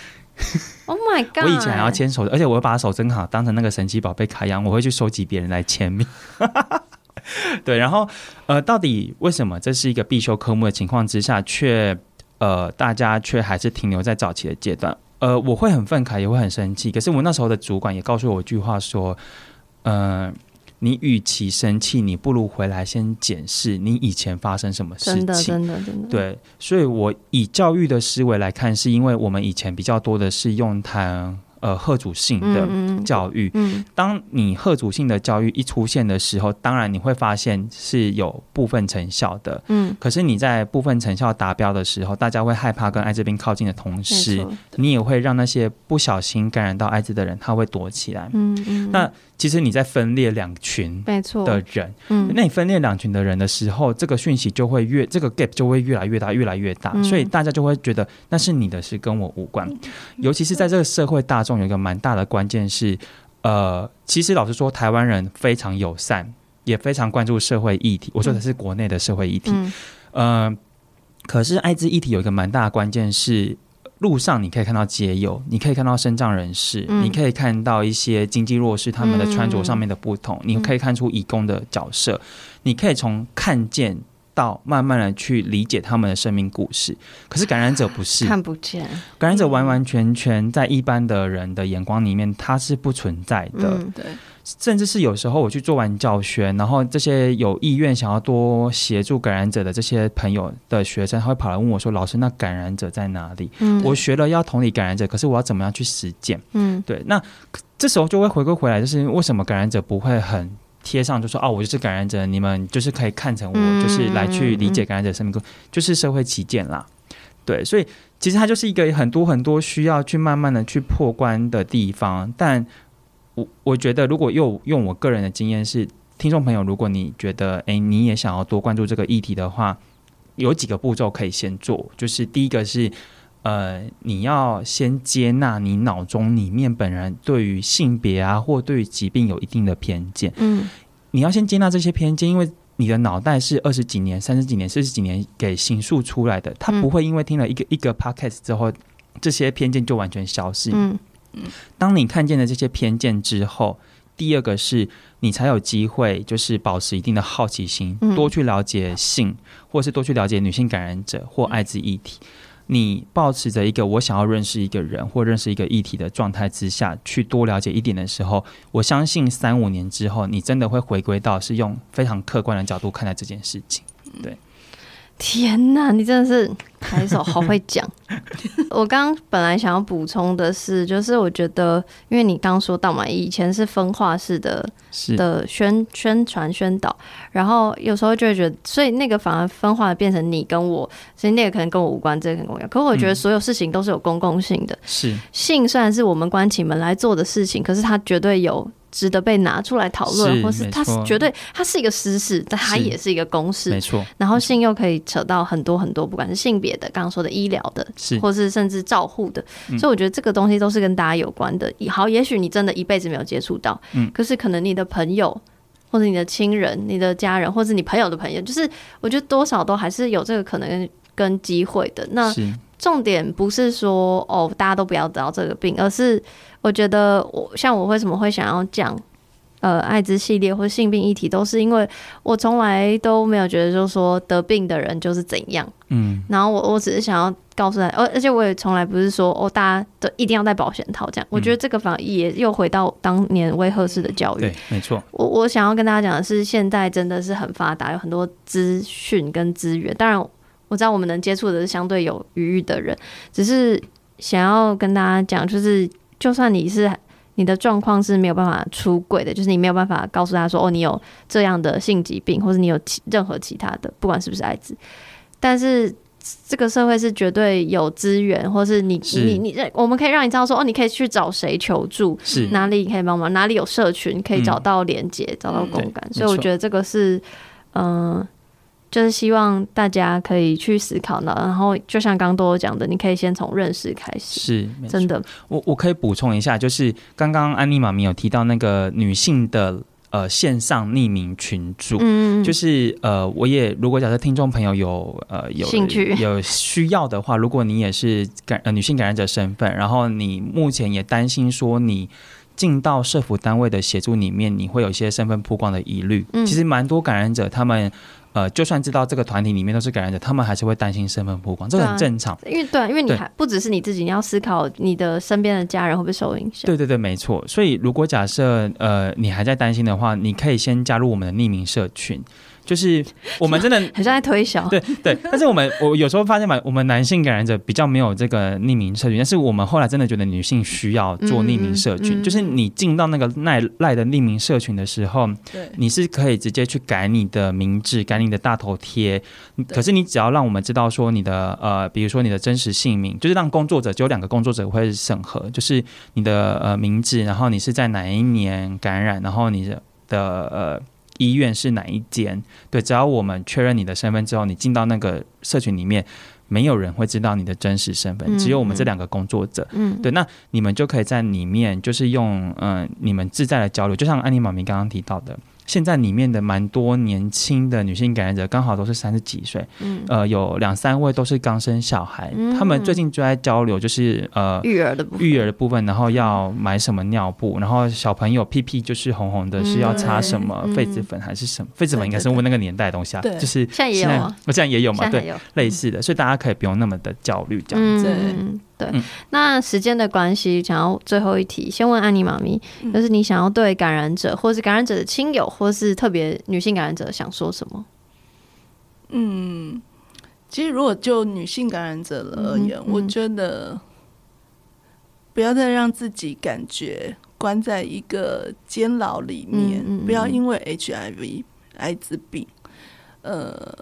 Oh my god！ 我以前还要签守，而且我会把守贞卡当成那个神奇宝贝卡一样，我会去收集别人来签名。对，然后呃，到底为什么这是一个必修科目的情况之下，却呃大家却还是停留在早期的阶段？呃，我会很愤慨，也会很生气。可是我那时候的主管也告诉我一句话说，呃。你与其生气，你不如回来先检视你以前发生什么事情。 真的，真的，真的。 对，所以我以教育的思维来看，是因为我们以前比较多的是用谈呃贺主性的教育。嗯嗯、当你贺主性的教育一出现的时候，当然你会发现是有部分成效的。嗯。可是你在部分成效达标的时候，大家会害怕跟艾滋病靠近的同时，你也会让那些不小心感染到艾滋的人，他会躲起来。嗯嗯。那其实你在分裂两群的人，嗯，那你分裂两群的人的时候，这个讯息就会越，这个 gap 就会越来越大，越来越大，嗯、所以大家就会觉得那是你的事，跟我无关。尤其是在这个社会大众有一个蛮大的关键是，呃，其实老实说，台湾人非常友善，也非常关注社会议题。我说的是国内的社会议题，嗯、呃，可是艾滋议题有一个蛮大的关键是。路上你可以看到街友，你可以看到身障人士、嗯、你可以看到一些经济弱势他们的穿着上面的不同、嗯、你可以看出移工的角色、嗯、你可以从看见到慢慢的去理解他们的生命故事。可是感染者不是看不见， 感染者完完全全在一般的人的眼光里面他是不存在的、嗯、对，甚至是有时候我去做完教学，然后这些有意愿想要多协助感染者的这些朋友的学生，他会跑来问我说：“老师，那感染者在哪里？”嗯、我学了要同理感染者，可是我要怎么样去实践？嗯，对。那这时候就会回归回来，就是为什么感染者不会很贴上，就说：“哦，我就是感染者，你们就是可以看成我，嗯、就是来去理解感染者的生命故事，嗯、就是社会旗舰啦。”对，所以其实它就是一个很多很多需要去慢慢的去破关的地方，但。我, 我觉得如果用用我个人的经验是，听众朋友，如果你觉得哎你也想要多关注这个议题的话，有几个步骤可以先做。就是第一个是呃你要先接纳你脑中里面本人对于性别啊或对于疾病有一定的偏见。嗯，你要先接纳这些偏见，因为你的脑袋是二十几年、三十几年、四十几年给形塑出来的，它不会因为听了一个一个 podcast 之后，这些偏见就完全消失。嗯。当你看见了这些偏见之后，第二个是你才有机会就是保持一定的好奇心，嗯、多去了解性，或是多去了解女性感染者或艾滋议题。你抱持着一个我想要认识一个人或认识一个议题的状态之下去多了解一点的时候，我相信三五年之后你真的会回归到是用非常客观的角度看待这件事情。对， 天哪，你真的是拍手好会讲。我刚刚本来想要补充的是，就是我觉得因为你刚刚说到嘛，以前是分化式的的 宣, 宣传宣导，然后有时候就会觉得，所以那个反而分化变成你跟我，所以那个可能跟我无关，这个可能跟我有关。可是我觉得所有事情都是有公共性的，是、嗯、性虽然是我们关起门来做的事情，可是它绝对有值得被拿出来讨论，或是它是绝对它是一个私事，但它也是一个公事，没错。然后性又可以扯到很多很多，不管是性别的，刚刚说的医疗的，或是甚至照护的、嗯，所以我觉得这个东西都是跟大家有关的。好，也许你真的一辈子没有接触到、嗯，可是可能你的朋友或者你的亲人、你的家人，或者你朋友的朋友，就是我觉得多少都还是有这个可能跟机会的。那重点不是说哦大家都不要得到这个病，而是我觉得我像我为什么会想要讲呃艾滋系列或性病议题，都是因为我从来都没有觉得就是说得病的人就是怎样，嗯，然后我我只是想要告诉他，而且我也从来不是说哦大家都一定要戴保险套这样、嗯，我觉得这个反而也又回到当年威赫氏的教育， 对，没错。 我我想要跟大家讲的是，现在真的是很发达，有很多资讯跟资源，当然我知道我们能接触的是相对有余裕的人，只是想要跟大家讲，就是就算你是你的状况是没有办法出柜的，就是你没有办法告诉他说哦你有这样的性疾病，或者你有任何其他的，不管是不是艾滋，但是这个社会是绝对有资源，或是你是你你我们可以让你知道说哦你可以去找谁求助，是哪里可以帮忙，哪里有社群可以找到连结、嗯、找到共感、嗯、所以我觉得这个是嗯、呃就是希望大家可以去思考呢，然后就像刚刚都有讲的，你可以先从认识开始。 是， 真的。 我我可以补充一下，就是刚刚安妮妈咪有提到那个女性的呃线上匿名群组，嗯，就是呃，我也如果假设听众朋友有呃有兴趣有需要的话，如果你也是感呃女性感染者身份，然后你目前也担心说你进到社福单位的协助里面，你会有一些身份曝光的疑虑，嗯，其实蛮多感染者他们。呃，就算知道这个团体里面都是感染者，他们还是会担心身份曝光，这个很正常。 因为对，因为你还不只是你自己，你要思考你的身边的家人会不会受影响。 对对对，没错。所以如果假设呃你还在担心的话，你可以先加入我们的匿名社群。就是我们真的很像在推销， 对对，但是我们我有时候发现嘛，我们男性感染者比较没有这个匿名社群，但是我们后来真的觉得女性需要做匿名社群，嗯嗯、就是你进到那个赖赖的匿名社群的时候，你是可以直接去改你的名字，改你的大头贴，可是你只要让我们知道说你的呃，比如说你的真实姓名，就是让工作者只有两个工作者会审核，就是你的呃名字，然后你是在哪一年感染，然后你的呃。医院是哪一间？对，只要我们确认你的身份之后，你进到那个社群里面，没有人会知道你的真实身份，嗯、只有我们这两个工作者。嗯，对，那你们就可以在里面，就是用嗯、呃、你们自在的交流，就像安妮妈咪刚刚提到的。现在里面的蛮多年轻的女性感染者，刚好都是三十几岁，嗯，呃，有两三位都是刚生小孩，嗯、他们最近就在交流，就是呃育儿的部分， 育儿的部分，然后要买什么尿布，然后小朋友屁屁就是红红的，是要擦什么痱子粉还是什么？痱子粉应该是问那个年代的东西啊，就是现在也有啊， 我现在也有嘛， 对， 类似的，所以大家可以不用那么的焦虑这样子。 嗯对，嗯、那时间的关系，想要最后一题，先问安妮妈咪，嗯、就是你想要对感染者，或是感染者的亲友，或是特别女性感染者，想说什么？ 嗯，其实如果就女性感染者而言，嗯嗯、我觉得不要再让自己感觉关在一个监牢里面，嗯嗯嗯、不要因为 H I V 艾滋病，呃。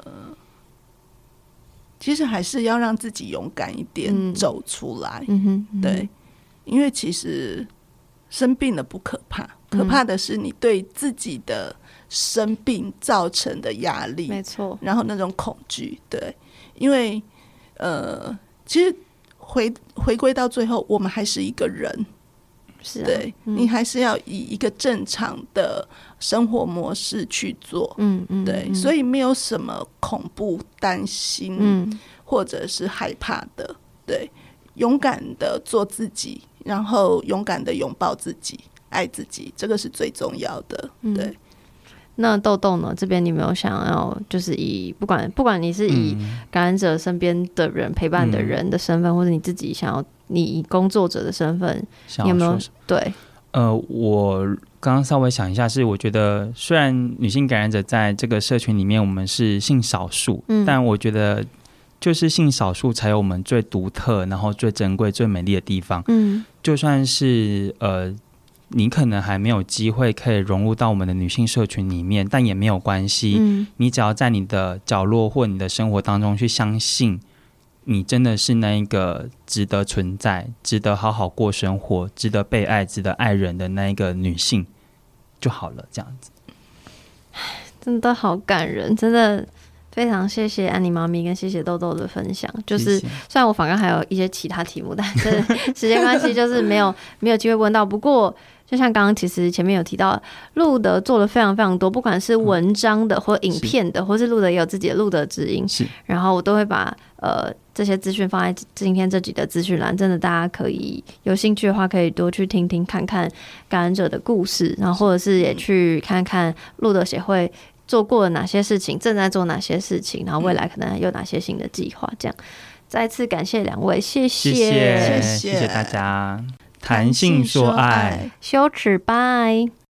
其实还是要让自己勇敢一点走出来，嗯嗯嗯、对，因为其实生病了不可怕，可怕的是你对自己的生病造成的压力， 没错， 然后那种恐惧，对，因为呃，其实回回归到最后，我们还是一个人。 是啊， 对、嗯、你还是要以一个正常的生活模式去做，嗯嗯，对，嗯、所以没有什么恐怖、担心，嗯，或者是害怕的，对，勇敢的做自己，然后勇敢的拥抱自己，爱自己，这个是最重要的，嗯、对。 那豆豆呢？这边你有没有想要，就是以不管不管你是以感染者身边的人、嗯、陪伴的人的身份，或者你自己想要，你以工作者的身份，你有没有？对， 呃，我刚刚稍微想一下，是我觉得虽然女性感染者在这个社群里面我们是性少数，嗯、但我觉得就是性少数才有我们最独特，然后最珍贵、最美丽的地方。嗯，就算是呃。你可能还没有机会可以融入到我们的女性社群里面，但也没有关系、嗯、你只要在你的角落或你的生活当中去相信你真的是那一个值得存在、值得好好过生活、值得被爱、值得爱人的那一个女性就好了，这样子。 真的好感人，真的非常谢谢安妮妈咪跟谢谢豆豆的分享。就是虽然我反刚还有一些其他题目，但是时间关系就是没有没有机会问到。不过就像刚刚其实前面有提到，路德做了非常非常多，不管是文章的或影片的，或是路德也有自己的路德之音，然后我都会把呃这些资讯放在今天这集的资讯栏。真的大家可以有兴趣的话，可以多去听听看看感染者的故事，然后或者是也去看看路德协会做过了哪些事情，正在做哪些事情，然后未来可能有哪些新的计划。这样再次感谢两位，谢谢谢谢谢谢大家。谈性说爱， 羞耻拜。